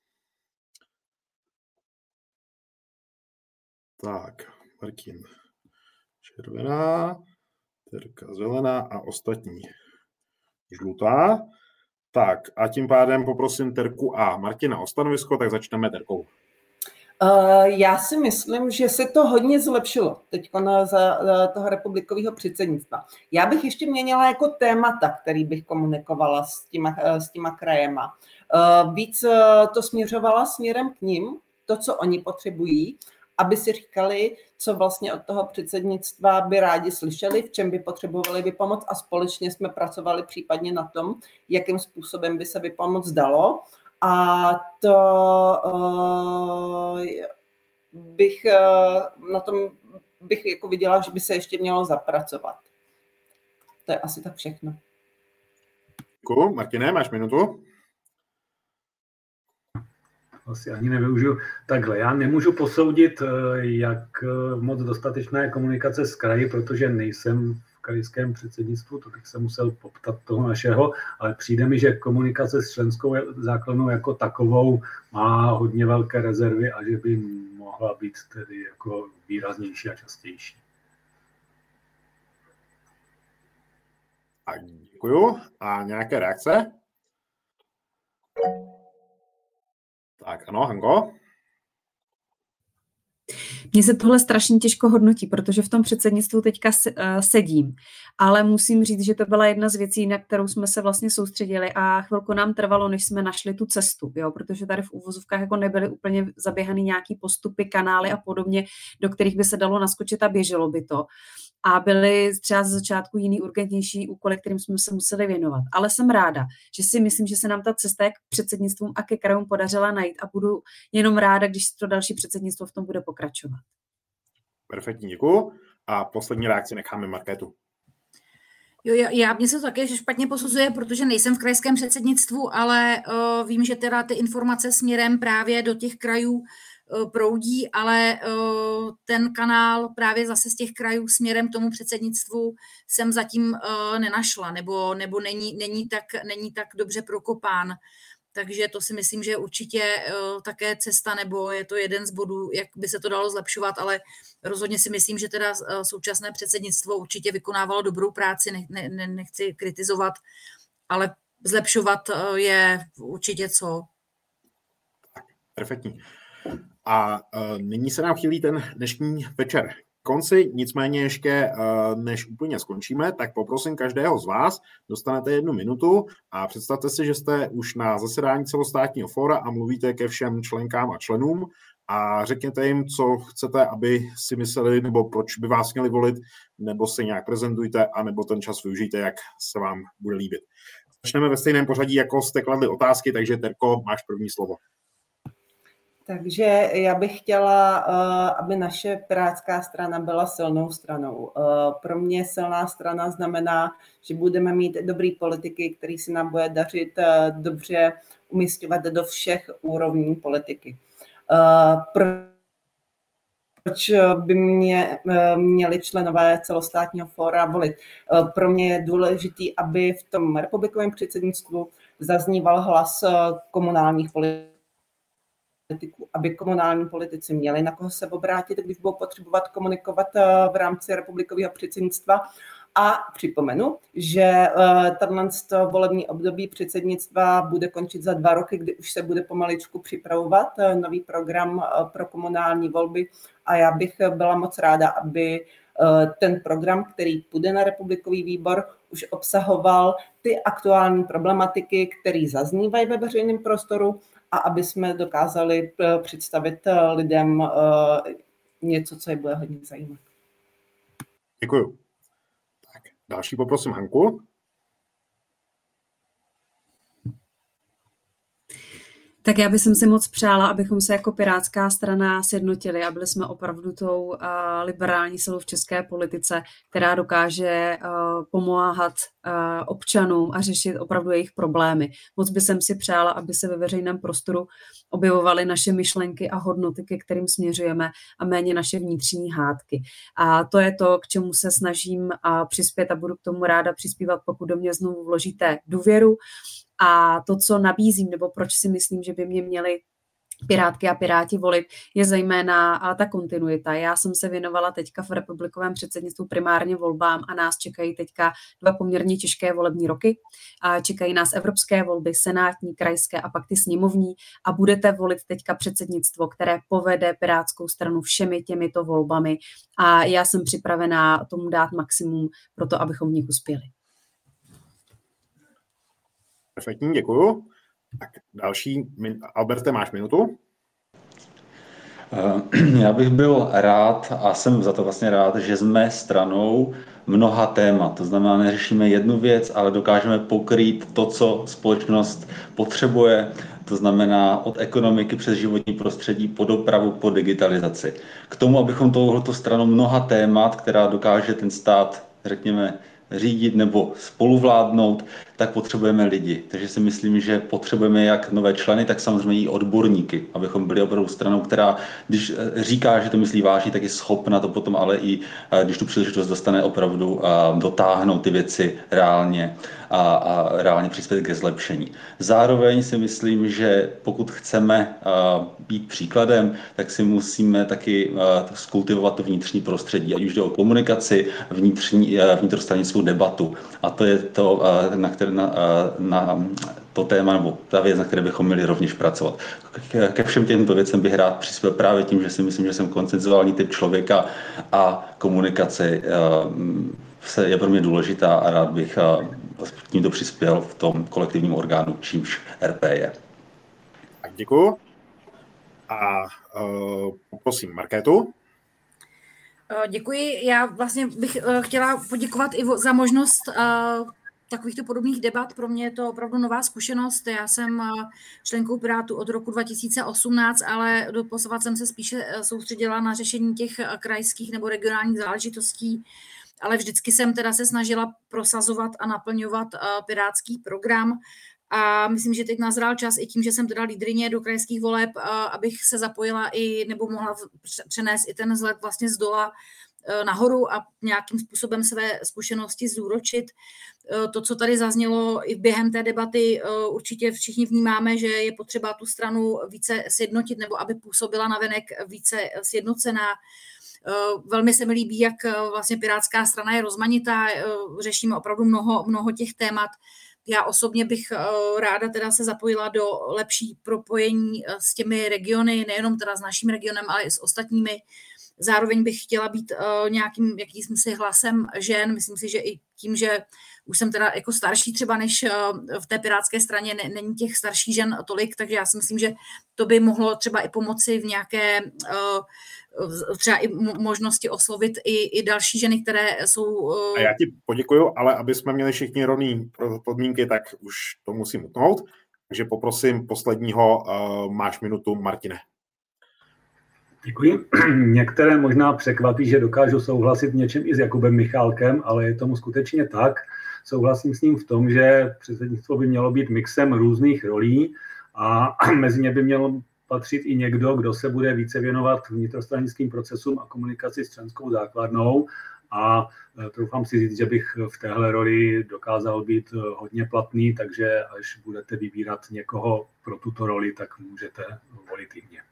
[SPEAKER 1] Tak, Martin červená, Terka zelená a ostatní žlutá. Tak a tím pádem poprosím Terku a Martina o stanovisko, tak začneme Terkou.
[SPEAKER 4] Uh, já si myslím, že se to hodně zlepšilo teď za toho republikového předsednictva. Já bych ještě měnila jako témata, který bych komunikovala s těma, s těma krajema. Uh, víc to směřovala směrem k nim, to, co oni potřebují, aby si říkali, co vlastně od toho předsednictva by rádi slyšeli, v čem by potřebovali vypomoc a společně jsme pracovali případně na tom, jakým způsobem by se vypomoc dalo. A to uh, bych uh, na tom bych jako viděla, že by se ještě mělo zapracovat. To je asi tak všechno.
[SPEAKER 1] Děkuji. Martine, máš minutu?
[SPEAKER 2] Asi ani nevyužiju. Takhle, já nemůžu posoudit, jak moc dostatečná je komunikace s kraji, protože nejsem v krajském předsednictvu, to bych se musel poptat toho našeho, ale přijde mi, že komunikace s členskou základnou jako takovou má hodně velké rezervy a že by mohla být tedy jako výraznější a častější.
[SPEAKER 1] A děkuju. A nějaké reakce? Tak ano, Hanko?
[SPEAKER 3] Mně se tohle strašně těžko hodnotí, protože v tom předsednictvu teďka sedím, ale musím říct, že to byla jedna z věcí, na kterou jsme se vlastně soustředili a chvilku nám trvalo, než jsme našli tu cestu, jo, protože tady v uvozovkách jako nebyly úplně zaběhaný nějaký postupy, kanály a podobně, do kterých by se dalo naskočit a běželo by to. A byly třeba ze začátku jiný urgentnější úkoly, kterým jsme se museli věnovat. Ale jsem ráda, že si myslím, že se nám ta cesta k předsednictvům a ke krajům podařila najít a budu jenom ráda, když to další předsednictvo v tom bude pokračovat.
[SPEAKER 1] Perfektní, děkuju. A poslední reakci necháme Markétu.
[SPEAKER 5] Jo, já, já mě se to také špatně posuzuje, protože nejsem v krajském předsednictvu, ale uh, vím, že teda ty informace směrem právě do těch krajů proudí, ale uh, ten kanál právě zase z těch krajů směrem k tomu předsednictvu jsem zatím uh, nenašla, nebo, nebo není, není, tak, není tak dobře prokopán. Takže to si myslím, že je určitě uh, také cesta, nebo je to jeden z bodů, jak by se to dalo zlepšovat, ale rozhodně si myslím, že teda uh, současné předsednictvo určitě vykonávalo dobrou práci, ne, ne, ne, nechci kritizovat, ale zlepšovat uh, je určitě co.
[SPEAKER 1] Perfektní. A uh, nyní se nám chýlí ten dnešní večer konci, nicméně ještě uh, než úplně skončíme, tak poprosím každého z vás, dostanete jednu minutu a představte si, že jste už na zasedání celostátního fóra a mluvíte ke všem členkám a členům a řekněte jim, co chcete, aby si mysleli, nebo proč by vás měli volit, nebo se nějak prezentujte, anebo ten čas využijte, jak se vám bude líbit. Začneme ve stejném pořadí, jako jste kladli otázky, takže Terko, máš první slovo.
[SPEAKER 4] Takže já bych chtěla, aby naše pirátská strana byla silnou stranou. Pro mě silná strana znamená, že budeme mít dobrý politiky, který si nám bude dařit dobře umísťovat do všech úrovní politiky. Proč by mě měli členové celostátního fóra volit? Pro mě je důležité, aby v tom republikovém předsednictvu zazníval hlas komunálních politiků, aby komunální politici měli na koho se obrátit, když budou potřebovat komunikovat v rámci republikového předsednictva. A připomenu, že tato volební období předsednictva bude končit za dva roky, kdy už se bude pomaličku připravovat nový program pro komunální volby a já bych byla moc ráda, aby ten program, který půjde na republikový výbor, už obsahoval ty aktuální problematiky, které zaznívají ve veřejném prostoru a aby jsme dokázali představit lidem něco, co je bude hodně zajímat.
[SPEAKER 1] Děkuju. Tak, další poprosím Hanku.
[SPEAKER 3] Tak já bych si moc přála, abychom se jako Pirátská strana sjednotili a byli jsme opravdu tou uh, liberální silou v české politice, která dokáže uh, pomáhat uh, občanům a řešit opravdu jejich problémy. Moc bych si přála, aby se ve veřejném prostoru objevovaly naše myšlenky a hodnoty, ke kterým směřujeme, a méně naše vnitřní hádky. A to je to, k čemu se snažím uh, přispět a budu k tomu ráda přispívat, pokud do mě znovu vložíte důvěru. A to, co nabízím, nebo proč si myslím, že by mě měli Pirátky a Piráti volit, je zejména ta kontinuita. Já jsem se věnovala teďka v republikovém předsednictvu primárně volbám a nás čekají teďka dva poměrně těžké volební roky. A čekají nás evropské volby, senátní, krajské a pak ty sněmovní, a budete volit teďka předsednictvo, které povede Pirátskou stranu všemi těmito volbami, a já jsem připravená tomu dát maximum pro to, abychom v nich uspěli.
[SPEAKER 1] Perfektní, děkuju. Tak další, Alberte, máš minutu?
[SPEAKER 6] Já bych byl rád, a jsem za to vlastně rád, že jsme stranou mnoha témat. To znamená, neřešíme jednu věc, ale dokážeme pokrýt to, co společnost potřebuje. To znamená od ekonomiky přes životní prostředí, po dopravu, po digitalizaci. K tomu, abychom touhleto stranou mnoha témat, která dokáže ten stát, řekněme, řídit nebo spoluvládnout, tak potřebujeme lidi. Takže si myslím, že potřebujeme jak nové členy, tak samozřejmě i odborníky, abychom byli opravdu stranou, která, když říká, že to myslí vážně, tak je schopna to potom, ale i když tu příležitost dostane, opravdu dotáhnout ty věci reálně a, a reálně přispět ke zlepšení. Zároveň si myslím, že pokud chceme být příkladem, tak si musíme taky skultivovat to vnitřní prostředí, ať už jde o komunikaci, vnitřní, vnitrostranickou debatu. A to je to, na které Na, na to téma, nebo ta věc, na které bychom měli rovněž pracovat. Ke všem těmto věcem bych rád přispěl právě tím, že si myslím, že jsem konsenzuální typ člověka a komunikace je pro mě důležitá, a rád bych tímto přispěl v tom kolektivním orgánu, čímž R P je.
[SPEAKER 1] Tak děkuju. A uh, poprosím Markétu.
[SPEAKER 5] Děkuji. Já vlastně bych chtěla poděkovat i za možnost uh, takovýchto podobných debat. Pro mě je to opravdu nová zkušenost. Já jsem členkou Pirátů od roku dva tisíce osmnáct, ale doposavad jsem se spíše soustředila na řešení těch krajských nebo regionálních záležitostí, ale vždycky jsem teda se snažila prosazovat a naplňovat pirátský program. A myslím, že teď nazrál čas i tím, že jsem teda lídryně do krajských voleb, abych se zapojila i, nebo mohla přenést i ten vzhled vlastně z dola nahoru a nějakým způsobem své zkušenosti zúročit. To, co tady zaznělo i během té debaty, určitě všichni vnímáme, že je potřeba tu stranu více sjednotit, nebo aby působila navenek více sjednocená. Velmi se mi líbí, jak vlastně Pirátská strana je rozmanitá, řešíme opravdu mnoho, mnoho těch témat. Já osobně bych ráda teda se zapojila do lepší propojení s těmi regiony, nejenom teda s naším regionem, ale i s ostatními. Zároveň bych chtěla být uh, nějakým jakýmsi hlasem žen. Myslím si, že i tím, že už jsem teda jako starší třeba než uh, v té pirátské straně, ne, není těch starších žen tolik, takže já si myslím, že to by mohlo třeba i pomoci v nějaké uh, třeba i možnosti oslovit i, i další ženy, které jsou... Uh...
[SPEAKER 1] A já ti poděkuju, ale aby jsme měli všichni rovný podmínky, tak už to musím utnout. Takže poprosím posledního, uh, máš minutu, Martine.
[SPEAKER 2] Děkuji. Některé možná překvapí, že dokážu souhlasit v něčem i s Jakubem Michálkem, ale je tomu skutečně tak. Souhlasím s ním v tom, že předsednictvo by mělo být mixem různých rolí a mezi ně by měl patřit i někdo, kdo se bude více věnovat vnitrostranickým procesům a komunikaci s členskou základnou. A troufám si říct, že bych v téhle roli dokázal být hodně platný, takže až budete vybírat někoho pro tuto roli, tak můžete volit i mě.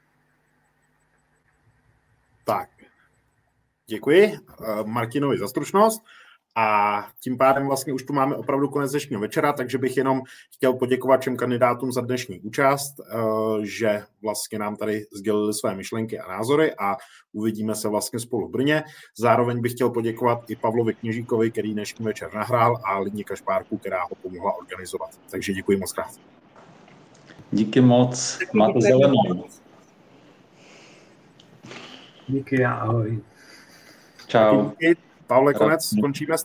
[SPEAKER 1] Tak, děkuji Martinovi za stručnost a tím pádem vlastně už tu máme opravdu konec dnešního večera, takže bych jenom chtěl poděkovat všem kandidátům za dnešní účast, že vlastně nám tady sdělili své myšlenky a názory a uvidíme se vlastně spolu v Brně. Zároveň bych chtěl poděkovat i Pavlovi Kněžíkovi, který dnešní večer nahrál, a Lidně Kašpárku, která ho pomohla organizovat. Takže děkuji moc krát.
[SPEAKER 6] Díky moc, máte zelenou.
[SPEAKER 2] Díky, ahoj.
[SPEAKER 6] Čau.
[SPEAKER 1] Díky, Pavle, konec, skončíme.